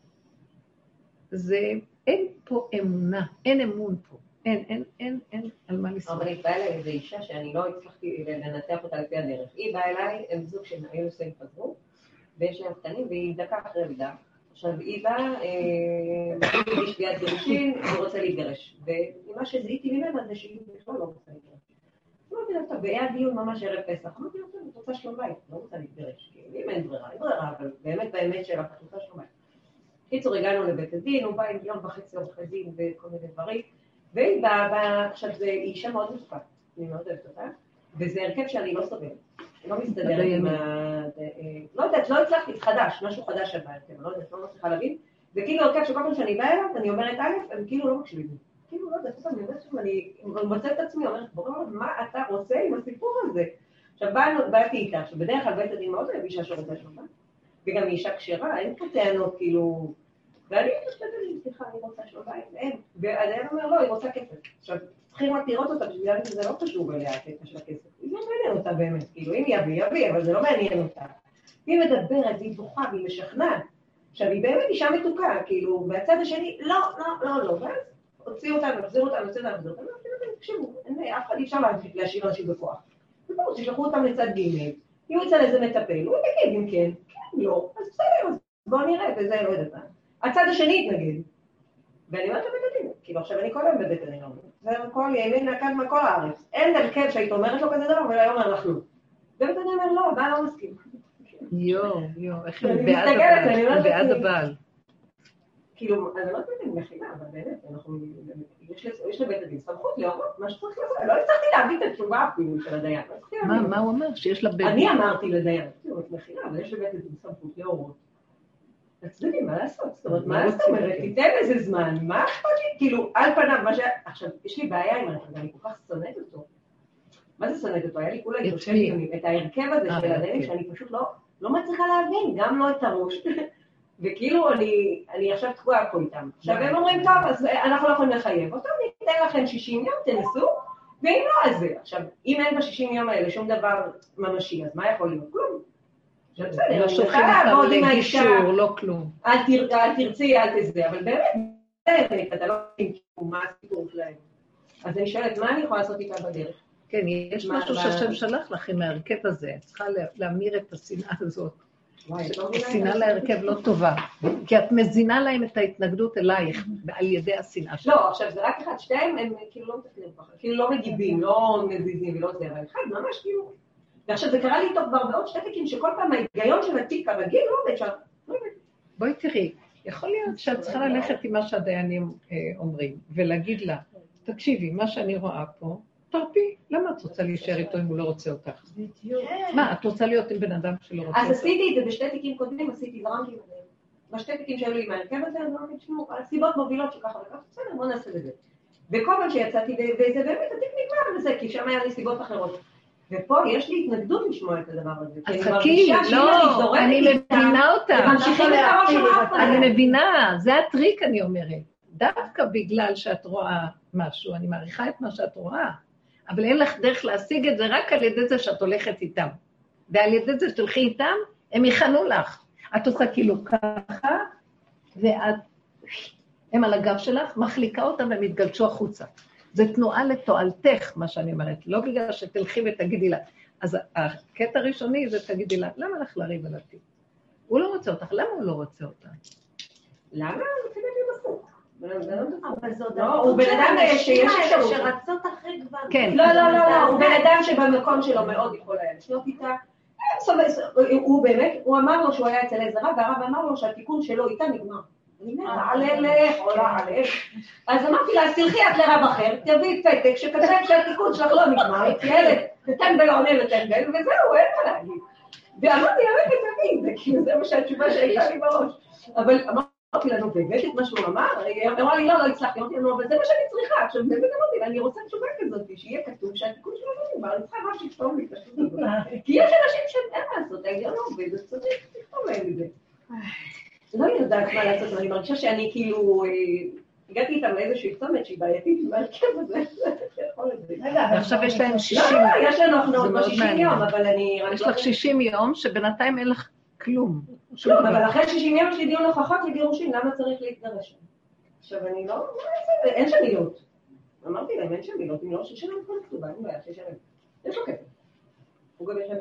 זה, אין פה אמונה, אין אמון פה, אין על מה לסמוך. אבל היא באה אליי איזו אישה שאני לא הצלחתי לנתח אותה לפי הדרך. היא באה אליי, הם זוג שהיו נושאים חזרו, ויש להם קטנים, והיא דקה אחרי לידה. עכשיו, היא באה, יש ביד גירושין, והיא רוצה להתגרש. ומה שזיהיתי ממנה זה שהיא בכלל לא רוצה להתגרש. אמרתי לה, טוב, והיה דיון ממש ערב פסח. אמרתי לה, את רוצה שלום בית, לא רוצה להתגרש. אם אין ברירה, אבל באמת שלך, את רוצה שלום בית. קיצור, הגענו לבית הדין, הוא בא עם 1.5 עורכי דין וכל מיני דברים, והיא באה, עכשיו, זו אישה מאוד מופקה, אני מאוד אוהבת אותה, וזה הרכב שאני לא סובלת. לא מסתדרת עם ה... לא יודעת, לא הצלחתי, חדש, משהו חדש הבא, לא יודעת, לא מצליחה להבין, וכאילו הרכב שכל פעם שאני באה אליו, אני אומרת א', הם כאילו לא מקשיבים. כאילו, לא יודעת, אני אומרת שם, אני מוצאת את עצמי, אומרת, בואו, מה אתה רוצה עם הסיפור הזה? עכשיו, באתי איתה, שבדרך כלל בית הדין מאוד אוהב אישה שרוצה שלומה, וגם אישה כשרה, אין פה טענות, כאילו... ואני חושבת לי, סליחה, אני רוצה שלומה, אין. והדיין אומר, לא, היא רוצה כסף. עכשיו, צריכים רק לראות אותה, בגלל שזה לא קשור אליה, הקטע של הכסף. היא לא מעניין אותה באמת, כאילו, אם יביא, אבל זה לא מעניין אותה. היא מדברת, והיא בוכה, והיא משכנעת. עכשיו, היא באמת אישה מתוקה, כאילו, והצד השני, לא. ואז הוציאו אותנו, החזירו אותנו, תקשיבו, אף אחד אי אפשר להשאיר אנשים בכוח. ובואו, תשלחו אותם לצד ג', יהיו אצל איזה מטפל, הוא יגיד אם כן, לא, אז בסדר, בואו נראה, וזה לא יודעת. הצד השני התנגד. ואני אומרת לבית הדין, כאילו עכשיו אני כל היום בבית הדין, זה כל ימין נקד מכל הארץ. אין דרכב שהיית אומרת לו כזה דבר, ולא אומר לך לא. ובית הדין אומר לא, הבעל לא מסכים. איך הם בעד הבעל. כאילו, אני לא יודעת אם מכינה, אבל באמת, יש לבית הדין סמכות להורות מה שצריך לעשות. לא הצלחתי להביא את התשובה אפילו של הדיין. מה הוא אומר? שיש לבית דין? אני אמרתי לדיין, מכינה, אבל יש לבית הדין סמכות להורות. תצדדי, מה לעשות? זאת אומרת, מה זאת אומרת? תיתן איזה זמן, מה אכפת לי? כאילו, על פניו, מה ש... עכשיו, יש לי בעיה עם הרכב, אני כל כך שונאת אותו. מה זה שונאת אותו? היה לי כולה את ההרכב הזה של הדיינים, שאני פשוט לא מצליחה להבין, גם לא את הראש. וכאילו, אני עכשיו תקועה פה איתם. עכשיו, הם אומרים, טוב, אז אנחנו לא יכולים לחייב אותו, ניתן לכם 60 יום, תנסו, ואם לא, אז זה. עכשיו, אם אין ב-60 יום האלה שום דבר ממשי, אז מה יכול להיות? כלום. לא שולחים אותם לגישור, לא כלום. אל תרצי, אל תזה, אבל באמת, אתה לא יודעים מה הסיפור שלהם. אז אני שואלת, מה אני יכולה לעשות איתה בדרך? כן, יש משהו שהשם שלח לך עם ההרכב הזה, צריכה להמיר את השנאה הזאת. שנאה להרכב לא טובה, כי את מזינה להם את ההתנגדות אלייך על ידי השנאה שלך. לא, עכשיו זה רק אחד, שתיים הם כאילו לא מתקנים ככה, כאילו לא מגיבים, לא מזיזים ולא זה, אבל אחד ממש כאילו... ועכשיו זה קרה לי איתו כבר בעוד שתי תיקים, שכל פעם ההיגיון של התיק הרגיל לא עובד שם. בואי תראי, יכול להיות שאת צריכה ללכת עם מה שהדיינים אומרים, ולהגיד לה, תקשיבי, מה שאני רואה פה, תרפי, למה את רוצה להישאר איתו אם הוא לא רוצה אותך? מה, את רוצה להיות עם בן אדם שלא רוצה אותך? אז עשיתי את זה בשתי תיקים קודמים, עשיתי זרמתי את זה. בשתי תיקים שהיו לי עם ההרכב הזה, אז אמרתי, תשמעו, הסיבות מובילות שככה וככה, בסדר, בוא נעשה את זה. וכל פעם שיצאתי, וזה באמת, התיק נגמר וזה, כי שם היה לי סיבות אחרות. ופה יש לי התנגדות לשמוע את הדבר הזה. אז חכי, לא, אני מבינה אותה. אני מבינה, זה הטריק אני אומרת. דווקא בגלל שאת רואה משהו, אני מעריכה את מה שאת רואה, אבל אין לך דרך להשיג את זה רק על ידי זה שאת הולכת איתם. ועל ידי זה שתלכי איתם, הם יכנו לך. את עושה כאילו ככה, הם על הגב שלך, מחליקה אותם והם יתגלשו החוצה. זה תנועה לתועלתך, מה שאני אומרת, לא בגלל שתלכי ותגידי לה. אז הקטע הראשוני זה תגידי לה, למה לך לריב על התיק? הוא לא רוצה אותך, למה הוא לא רוצה אותה? למה? לפי דעתי בסוף. אבל זאת הוא בן אדם שיש אפשרות. שרצות אחרי כבר. כן. לא, הוא בן אדם שבמקום שלו מאוד יכול היה לשנות איתה. הוא באמת, הוא אמר לו שהוא היה אצל איזה רב, והרב אמר לו שהתיקון שלו איתה נגמר. אני עולה עליך. אז אמרתי לה, תלכי את לרב אחר, תביאי פתק שכתב שהתיקון שלך לא נגמר, ילד, טמבל עונה וטמבל, וזהו, אין מה להגיד. ואמרתי, תביאי, זה כאילו, זה מה שהתשובה שהייתה לי בראש. אבל אמרתי לנו, באמת את מה שהוא אמר, היא אמרה לי, לא הצלחתי, אמרתי לנו, אבל זה מה שאני צריכה. עכשיו, באמת אמרתי, אני רוצה תשובה כזאת, שיהיה כתוב שהתיקון שלו לא נגמר, אני צריכה מה שתכתוב לי, כי יש אנשים שאין לעשות, ההיגיון לא עובד, אז צריך לכתוב להם את זה. לא יודעת מה לעשות, אני מרגישה שאני כאילו, הגעתי איתם לאיזושהי צומת שהיא בעייתית, בהרכב הזה, ועכשיו יש להם 60 יום. לא, יש לנו 60 יום, אבל אני... יש לך 60 יום שבינתיים אין לך כלום. כלום, אבל אחרי 60 יום יש לי דיון הוכחות לגירושים, למה צריך להתגרש? עכשיו אני לא... אין שם מילות. אמרתי להם, אין שם מילות, אם לא ששלם כל כתובה, אין בעיה, ששלם. יש לו כסף. הוא גם ישלם.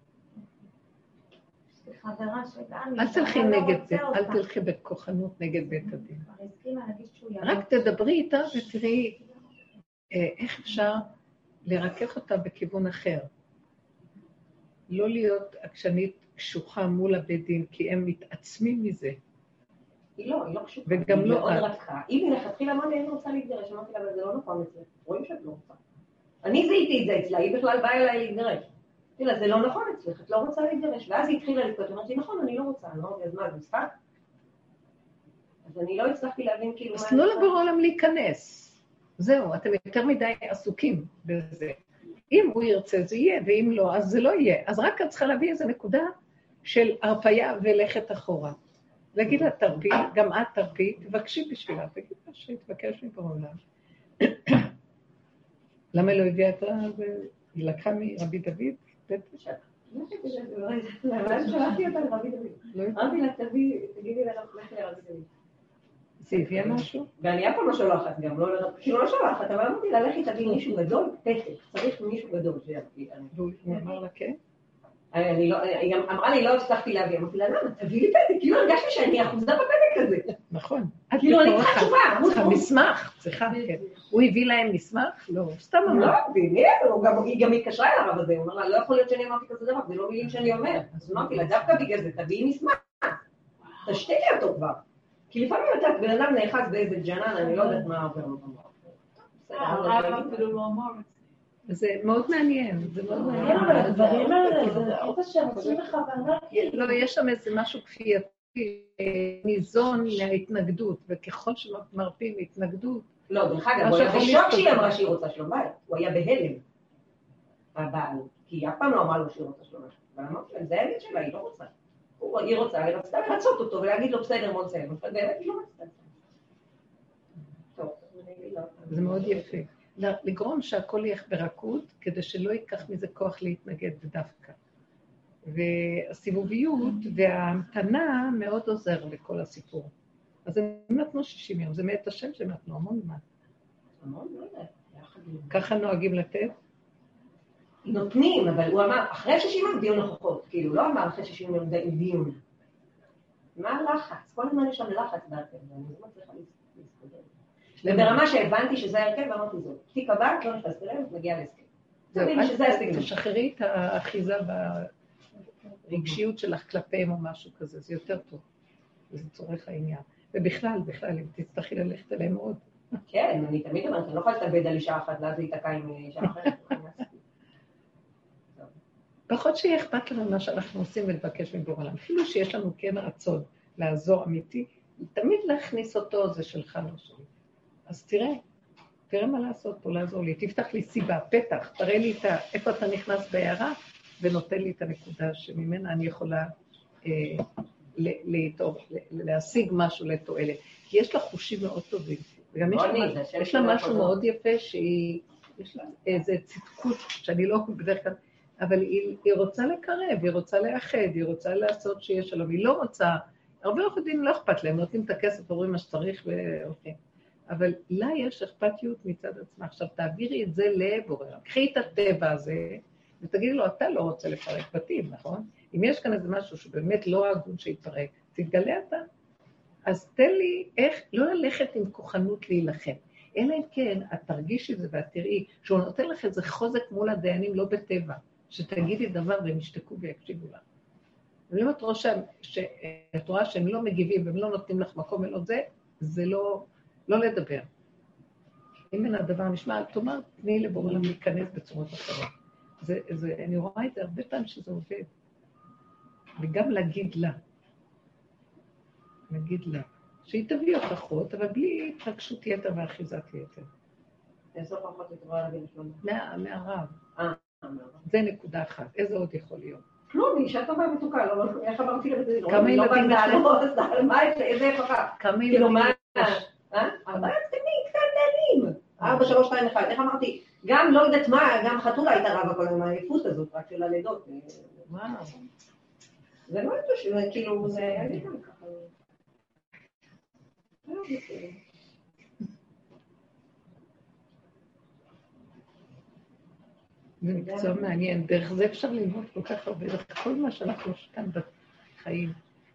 אל תלכי נגד זה, אל תלכי בכוחנות נגד בית הדין. רק תדברי איתה ותראי איך אפשר לרכך אותה בכיוון אחר. לא להיות עקשנית קשוחה מול הבית דין, כי הם מתעצמים מזה. היא לא קשוחה. וגם לא מאוד רכה. אם היא לכתחילה אמרתי, אני רוצה להתגרש, אמרתי לה, אבל זה לא נכון אצלה. רואים שאת לא רוצה. אני זיהיתי את זה אצלה, היא בכלל באה אליי להתגרש. תראה, זה לא נכון אצלך, את לא רוצה להתגרש. ואז היא התחילה לקרוא, אמרתי, נכון, אני לא רוצה, אז מה, זה משחק? אז אני לא הצלחתי להבין כאילו... אז תנו לבורא עולם להיכנס. זהו, אתם יותר מדי עסוקים בזה. אם הוא ירצה זה יהיה, ואם לא, אז זה לא יהיה. אז רק את צריכה להביא איזו נקודה של הרפיה ולכת אחורה. להגיד לה, תרפי, גם את תרפי, תבקשי בשבילה, תגיד לה שתבקש מבורא עולם. למה לא הביאה את זה? היא לקחה מרבי דוד? שלחתי אותה לרבי דוד. אמרתי לה, תגידי לרבי דוד. זה הביאה משהו? ואני אף פעם לא שולחת גם, כאילו לא שולחת, אבל אמרתי לה, לכי תביא מישהו גדול, פתק, צריך מישהו גדול. והוא אמר לה, כן? היא אמרה לי, לא הצלחתי להביא, אמרתי לה, למה? תביא לי פתק, כאילו הרגשתי שאני אחוזה בפתק הזה. נכון. כאילו אני צריכה תשובה. צריכה מסמך, צריכה, כן. הוא הביא להם מסמך? לא, סתם אמר. לא, באמת, היא גם התקשרה אל הרב הזה, הוא אומר לה, לא יכול להיות שאני אמרתי כזה דבר, זה לא מילים שאני אומר. אז אמרתי לה, דווקא בגלל זה, תביאי מסמך. תשתיקי אותו כבר. כי לפעמים יודעת, בן אדם נאחז באיזה ג'נן, אני לא יודעת מה עובר לו במוח. זה מאוד מעניין, זה מאוד מעניין. כן, אבל הדברים האלה, זה הרבה שרוצים בכוונה. לא, יש שם איזה משהו כפייתי, ניזון מההתנגדות, וככל שמרפים התנגדות... לא, דרך אגב, הוא היה בשוק שהיא אמרה שהיא רוצה שלום בית, הוא היה בהלם, הבעל, כי היא אף פעם לא אמרה לו שהיא רוצה שלום בית, אבל אמרתי להם, זה האמת שלה, היא לא רוצה. היא רצתה לרצות אותו ולהגיד לו בסדר, מאוד סיים, אבל באמת היא לא רצתה. טוב, זה מאוד יפה. לגרום שהכל יהיה ברכות, כדי שלא ייקח מזה כוח להתנגד דווקא. והסיבוביות וההמתנה מאוד עוזר לכל הסיפור. אז הם נתנו 60 יום, זה מאת השם שהם נתנו המון זמן. המון, לא יודע. ככה נוהגים לתת? נותנים, אבל הוא אמר, אחרי 60 יום דיון הוכחות, כאילו, לא אמר אחרי 60 יום דיון. מה הלחץ? כל הזמן יש שם לחץ בהרכב, ואני לא מצליחה להסתדר. וברמה שהבנתי שזה ההרכב, ואמרתי זאת. תיק הבא, לא נכנס להם, מגיע להסכם. תשחררי את האחיזה ברגשיות שלך כלפיהם או משהו כזה, זה יותר טוב. זה צורך העניין. ובכלל, אם תצטרכי ללכת אליהם עוד. כן, אני תמיד אומרת, אני לא יכולה להתאבד על אישה אחת, ואז להיתקע עם אישה אחרת. פחות שיהיה אכפת לנו מה שאנחנו עושים ולבקש מבורא. אפילו שיש לנו כן רצון לעזור אמיתי, תמיד להכניס אותו, זה שלך, לא שלי. אז תראה מה לעשות פה, לעזור לי. תפתח לי סיבה, פתח, תראה לי איפה אתה נכנס בהערה, ונותן לי את הנקודה שממנה אני יכולה להשיג משהו לתועלת. כי יש לה חושים מאוד טובים. וגם יש לה משהו מאוד יפה יש לה איזו צדקות שאני לא בדרך כלל, אבל היא רוצה לקרב, היא רוצה לאחד, היא רוצה לעשות שיש שלום, היא לא רוצה, הרבה עובדים לא אכפת להם, נותנים את הכסף, אומרים מה שצריך ואוקיי. אבל לה יש אכפתיות מצד עצמה. עכשיו תעבירי את זה לבורא, קחי את הטבע הזה, ותגידי לו, אתה לא רוצה לפרק בתים, נכון? אם יש כאן איזה משהו שבאמת לא הגון שיתפרק, תתגלה אתה. אז תן לי איך לא ללכת עם כוחנות להילחם. אלא אם כן, את תרגישי את זה ואת תראי שהוא נותן לך איזה חוזק מול הדיינים, לא בטבע, שתגידי דבר והם ישתקו ויקשיבו לך. ואם את רואה שהם לא מגיבים והם לא נותנים לך מקום ולא זה לא לדבר. אם אין הדבר נשמע, תאמר, תני לבורא להם להיכנס בצורות אחרות. אני רואה את זה הרבה פעמים שזה עובד. וגם להגיד לה. שהיא תביא הוכחות, אבל בלי התרגשות יתר ואחיזת יתר. איזו הוכחות היא תבוא להגיד לשלום? מהרב. זה נקודה אחת. איזה עוד יכול להיות? כלום, אישה טובה מתוקה, איך אמרתי לזה? כמה ילדים איזה הוכחה? כמה ילדים יש? 4 קטנים. 4, 3, 2, 1. איך אמרתי? גם לא יודעת מה, גם חתולה הייתה רבה כל הזמן, העייפות הזאת, רק של הלידות. וואו. זה לא הייתה כאילו, זה היה לי גם ככה. זה מקצוע מעניין, דרך זה אפשר ללמוד כל כך הרבה, דרך כל מה שאנחנו כאן בחיים.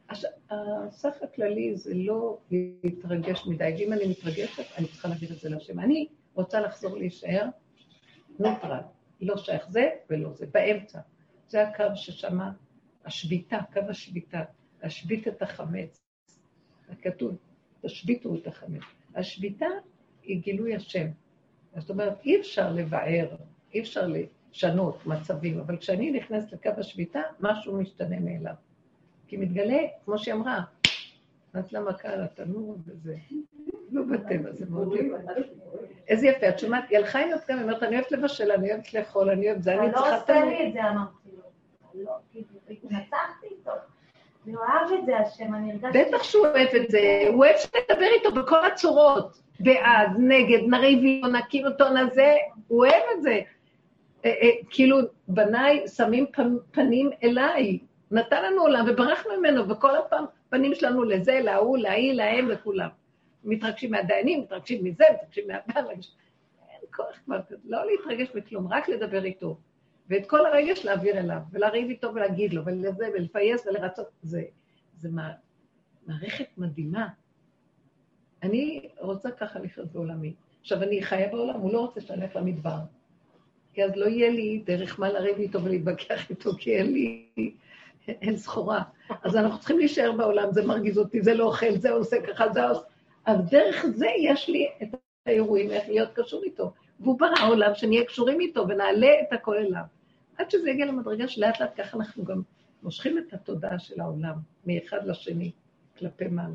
הסך הכללי זה לא להתרגש מדי, ואם אני מתרגשת, אני צריכה להגיד את זה להשם. אני רוצה לחזור להישאר נוטרל, לא שייך זה ולא זה, באמצע. זה הקו ששמה השביתה, קו השביתה, להשבית את החמץ. הכתוב, תשביתו את החמץ. השביתה היא גילוי השם. זאת אומרת, אי אפשר לבאר, אי אפשר לשנות מצבים, אבל כשאני נכנס לקו השביתה, משהו משתנה מאליו. כי מתגלה, כמו שהיא אמרה, נעת לה מכה על התנור וזה, לא בטבע, זה מאוד יפה. איזה יפה, את שומעת, היא הלכה עם אותם, היא אומרת, אני אוהבת לבשל, אני אוהבת לאכול, אני אוהבת זה, אני צריכה... לא עושה לי את זה, אמרתי לו. לא, כאילו, נצחתי איתו. אני אוהב את זה, השם, אני הרגשתי... בטח שהוא אוהב את זה, הוא אוהב שתדבר איתו בכל הצורות. בעד, נגד, נריבי, נקים אותו נזה, הוא אוהב את זה. כאילו, בניי שמים פנים אליי, נתן לנו עולם וברחנו ממנו, וכל הפעם פנים שלנו לזה, להוא, להיא, להם וכולם. מתרגשים מהדיינים, מתרגשים מזה, מתרגשים מהבעל. אין כוח כבר, לא להתרגש מכלום, רק לדבר איתו. ואת כל הרגש להעביר אליו, ולהריב איתו ולהגיד לו, ולזה, ולפייס ולרצות. זה מערכת מדהימה. אני רוצה ככה לחיות בעולמי. עכשיו, אני חיה בעולם, הוא לא רוצה שאני אלך למדבר. כי אז לא יהיה לי דרך מה לריב איתו ולהתווכח איתו, כי אין סחורה. אז אנחנו צריכים להישאר בעולם, זה מרגיז אותי, זה לא אוכל, זה עושה ככה, זה עושה. אז דרך זה יש לי את האירועים, איך להיות קשור איתו. והוא ברא העולם שנהיה קשורים איתו, ונעלה את הכל אליו. עד שזה יגיע למדרגה שלאט לאט, ככה אנחנו גם מושכים את התודעה של העולם, מאחד לשני, כלפי מעלה.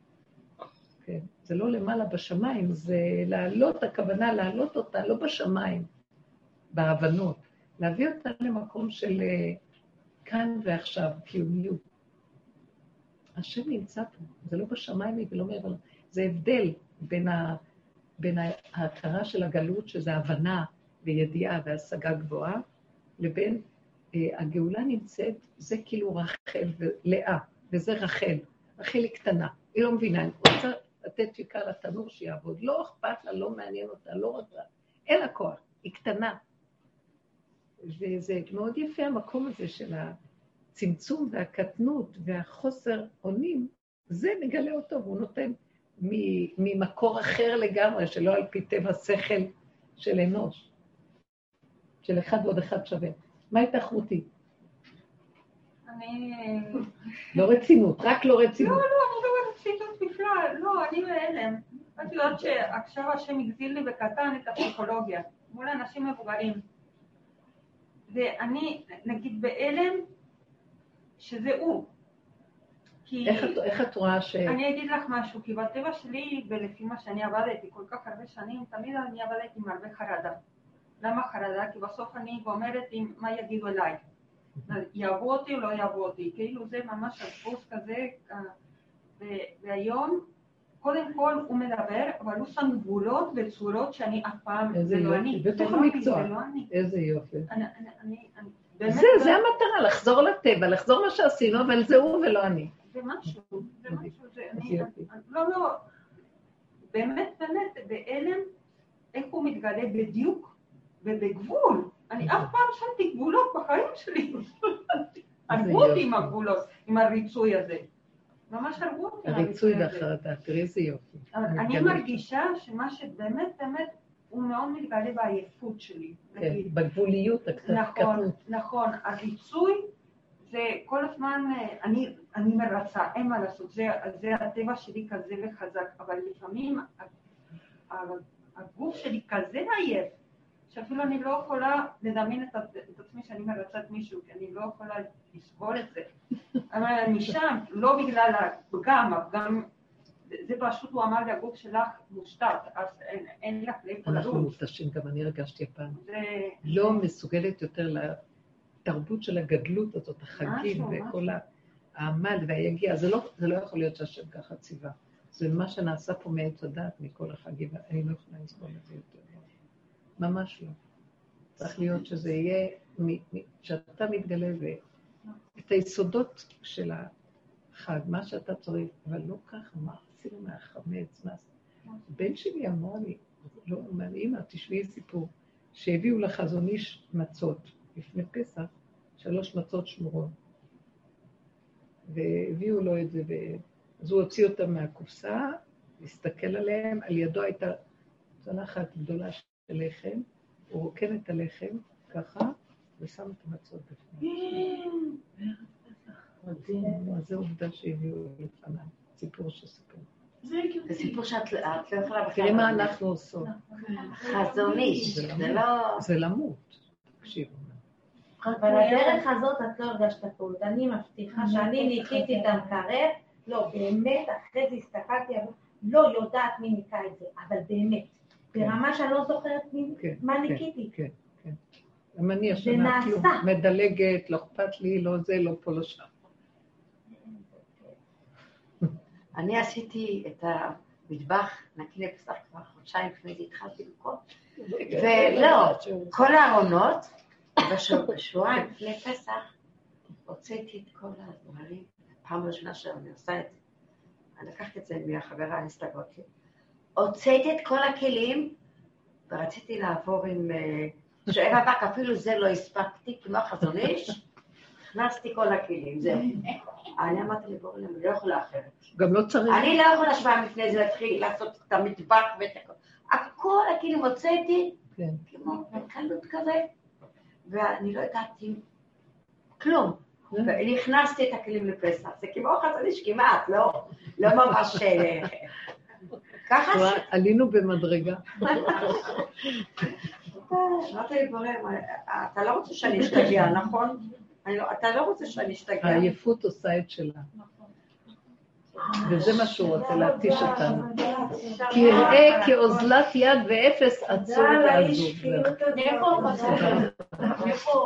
כן. זה לא למעלה בשמיים, זה להעלות, הכוונה להעלות אותה, לא בשמיים, בהבנות. להביא אותה למקום של כאן ועכשיו, קיומיות. השם נמצא פה, זה לא בשמיים ולא מעבר, זה הבדל בין ההכרה של הגלות, שזה הבנה וידיעה והשגה גבוהה, לבין הגאולה נמצאת, זה כאילו רחל ולאה, וזה רחל. רחל היא קטנה, היא לא מבינה, היא רוצה לתת פיקה לתנור שיעבוד, לא אכפת לה, לא מעניין אותה, לא רוצה, אין לה כוח, היא קטנה. וזה מאוד יפה המקום הזה של הצמצום והקטנות והחוסר אונים, זה נגלה אותו, והוא נותן ממקור אחר לגמרי, שלא על פי טבע שכל של אנוש, של אחד ועוד אחד שווה. מה איתך רותי? אני... לא רצינות, רק לא רצינות. לא, אני לא רצינות בכלל, לא, אני בהלם. את יודעת שעכשיו השם הגזיל לי בקטן את הפסיכולוגיה, מול אנשים מבוגרים. ואני, נגיד, בהלם שזה הוא. איך את רואה ש... אני אגיד לך משהו, כי בטבע שלי, ולפי מה שאני עבדתי כל כך הרבה שנים, תמיד אני עבדתי עם הרבה חרדה. למה חרדה? כי בסוף אני אומרת מה יגידו אליי. יאהבו אותי או לא יאהבו אותי, כאילו זה ממש הדפוס כזה, והיום, קודם כל הוא מדבר, אבל הוא שם גבולות וצורות שאני אף פעם, זה לא אני. בתוך המקצוע, איזה יופי. זה המטרה, לחזור לטבע, לחזור מה שעשינו, אבל זה הוא ולא אני. זה משהו, לא, באמת, באלם, איך הוא מתגלה בדיוק ובגבול. אני אף פעם שמתי גבולות בחיים שלי. הרגו אותי עם הגבולות, עם הריצוי הזה. ממש הרגו אותי. הריצוי והחרדה, תראי איזה יופי. אני מרגישה שמה שבאמת, באמת, הוא מאוד מתגלה בעייפות שלי. כן, בגבוליות הקטנות. נכון, הריצוי זה כל הזמן, אני מרצה, אין מה לעשות, זה הטבע שלי כזה וחזק, אבל לפעמים הגוף שלי כזה עייף, שאפילו אני לא יכולה לדמיין את עצמי שאני מרצת מישהו, כי אני לא יכולה לסבול את זה. אבל אני שם, לא בגלל הפגם, זה פשוט הוא אמר לי, הגוף שלך מושתת, אז אין לך לאיפה לרוץ. אנחנו מותשים, גם אני הרגשתי הפעם. לא מסוגלת יותר לתרבות של הגדלות הזאת, החגים וכל העמל והיגיע. זה לא יכול להיות שהשם ככה ציווה. זה מה שנעשה פה מעץ הדעת מכל החגים, אני לא יכולה לסבול את זה יותר. ממש לא. צריך להיות שזה יהיה, שאתה מתגלה את היסודות של החג, מה שאתה צריך, אבל לא ככה, מה עשינו מהחמץ, מה עשינו? בן שלי אמר לי, לא, אומר, אמא, תשמעי סיפור, שהביאו לחזון איש מצות לפני פסח, 3 מצות שמורות, והביאו לו את זה, אז הוא הוציא אותם מהקופסה, הסתכל עליהם, על ידו הייתה צלחת גדולה של לחם, הוא רוקן את הלחם ככה, ושם את המצות בפנים. אז זה עובדה שהביאו לפניי, סיפור שסיפור. זה סיפור שאת לא יכולה... תראי מה אנחנו עושות. חזון איש, זה לא... זה למות, תקשיבו. אבל הדרך הזאת את לא הרגשת פה, אני מבטיחה שאני ניקיתי את המקרר, לא, באמת, אחרי זה הסתכלתי, לא יודעת מי ניקה את זה, אבל באמת, ברמה שאני לא זוכרת מה ניקיתי. כן, כן. גם אני השנה כאילו מדלגת, לא אכפת לי, לא זה, לא פה, לא שם. אני עשיתי את המטבח, נקי לפסח כבר חודשיים לפני זה התחלתי לקרוא, ולא, כל הארונות, בשבועיים לפני פסח, הוצאתי את כל הדברים, פעם ראשונה שאני עושה את זה. אני לקחתי את זה מהחברה האינסטגרטית. הוצאתי את כל הכלים, ורציתי לעבור עם שוער אבק, אפילו זה לא הספקתי, כמו חזון איש, הכנסתי כל הכלים, זהו. אני אמרתי לי, בואו, אני לא יכולה אחרת. גם לא צריך. אני לא יכולה שבעה לפני זה להתחיל לעשות את המטבח ואת הכל. הכל הכלים הוצאתי, כמו בקלות כזה, ואני לא ידעתי כלום. ואני הכנסתי את הכלים לפסח, זה כמו חזון איש כמעט, לא ממש... ככה ש... עלינו במדרגה. אמרתי לי, אתה לא רוצה שאני אשתגע, נכון? אתה לא רוצה שאני אשתגע. העייפות עושה את שלה. וזה מה שהוא רוצה להתיש אותנו. כי ראה כאוזלת יד ואפס עצור ועזוב.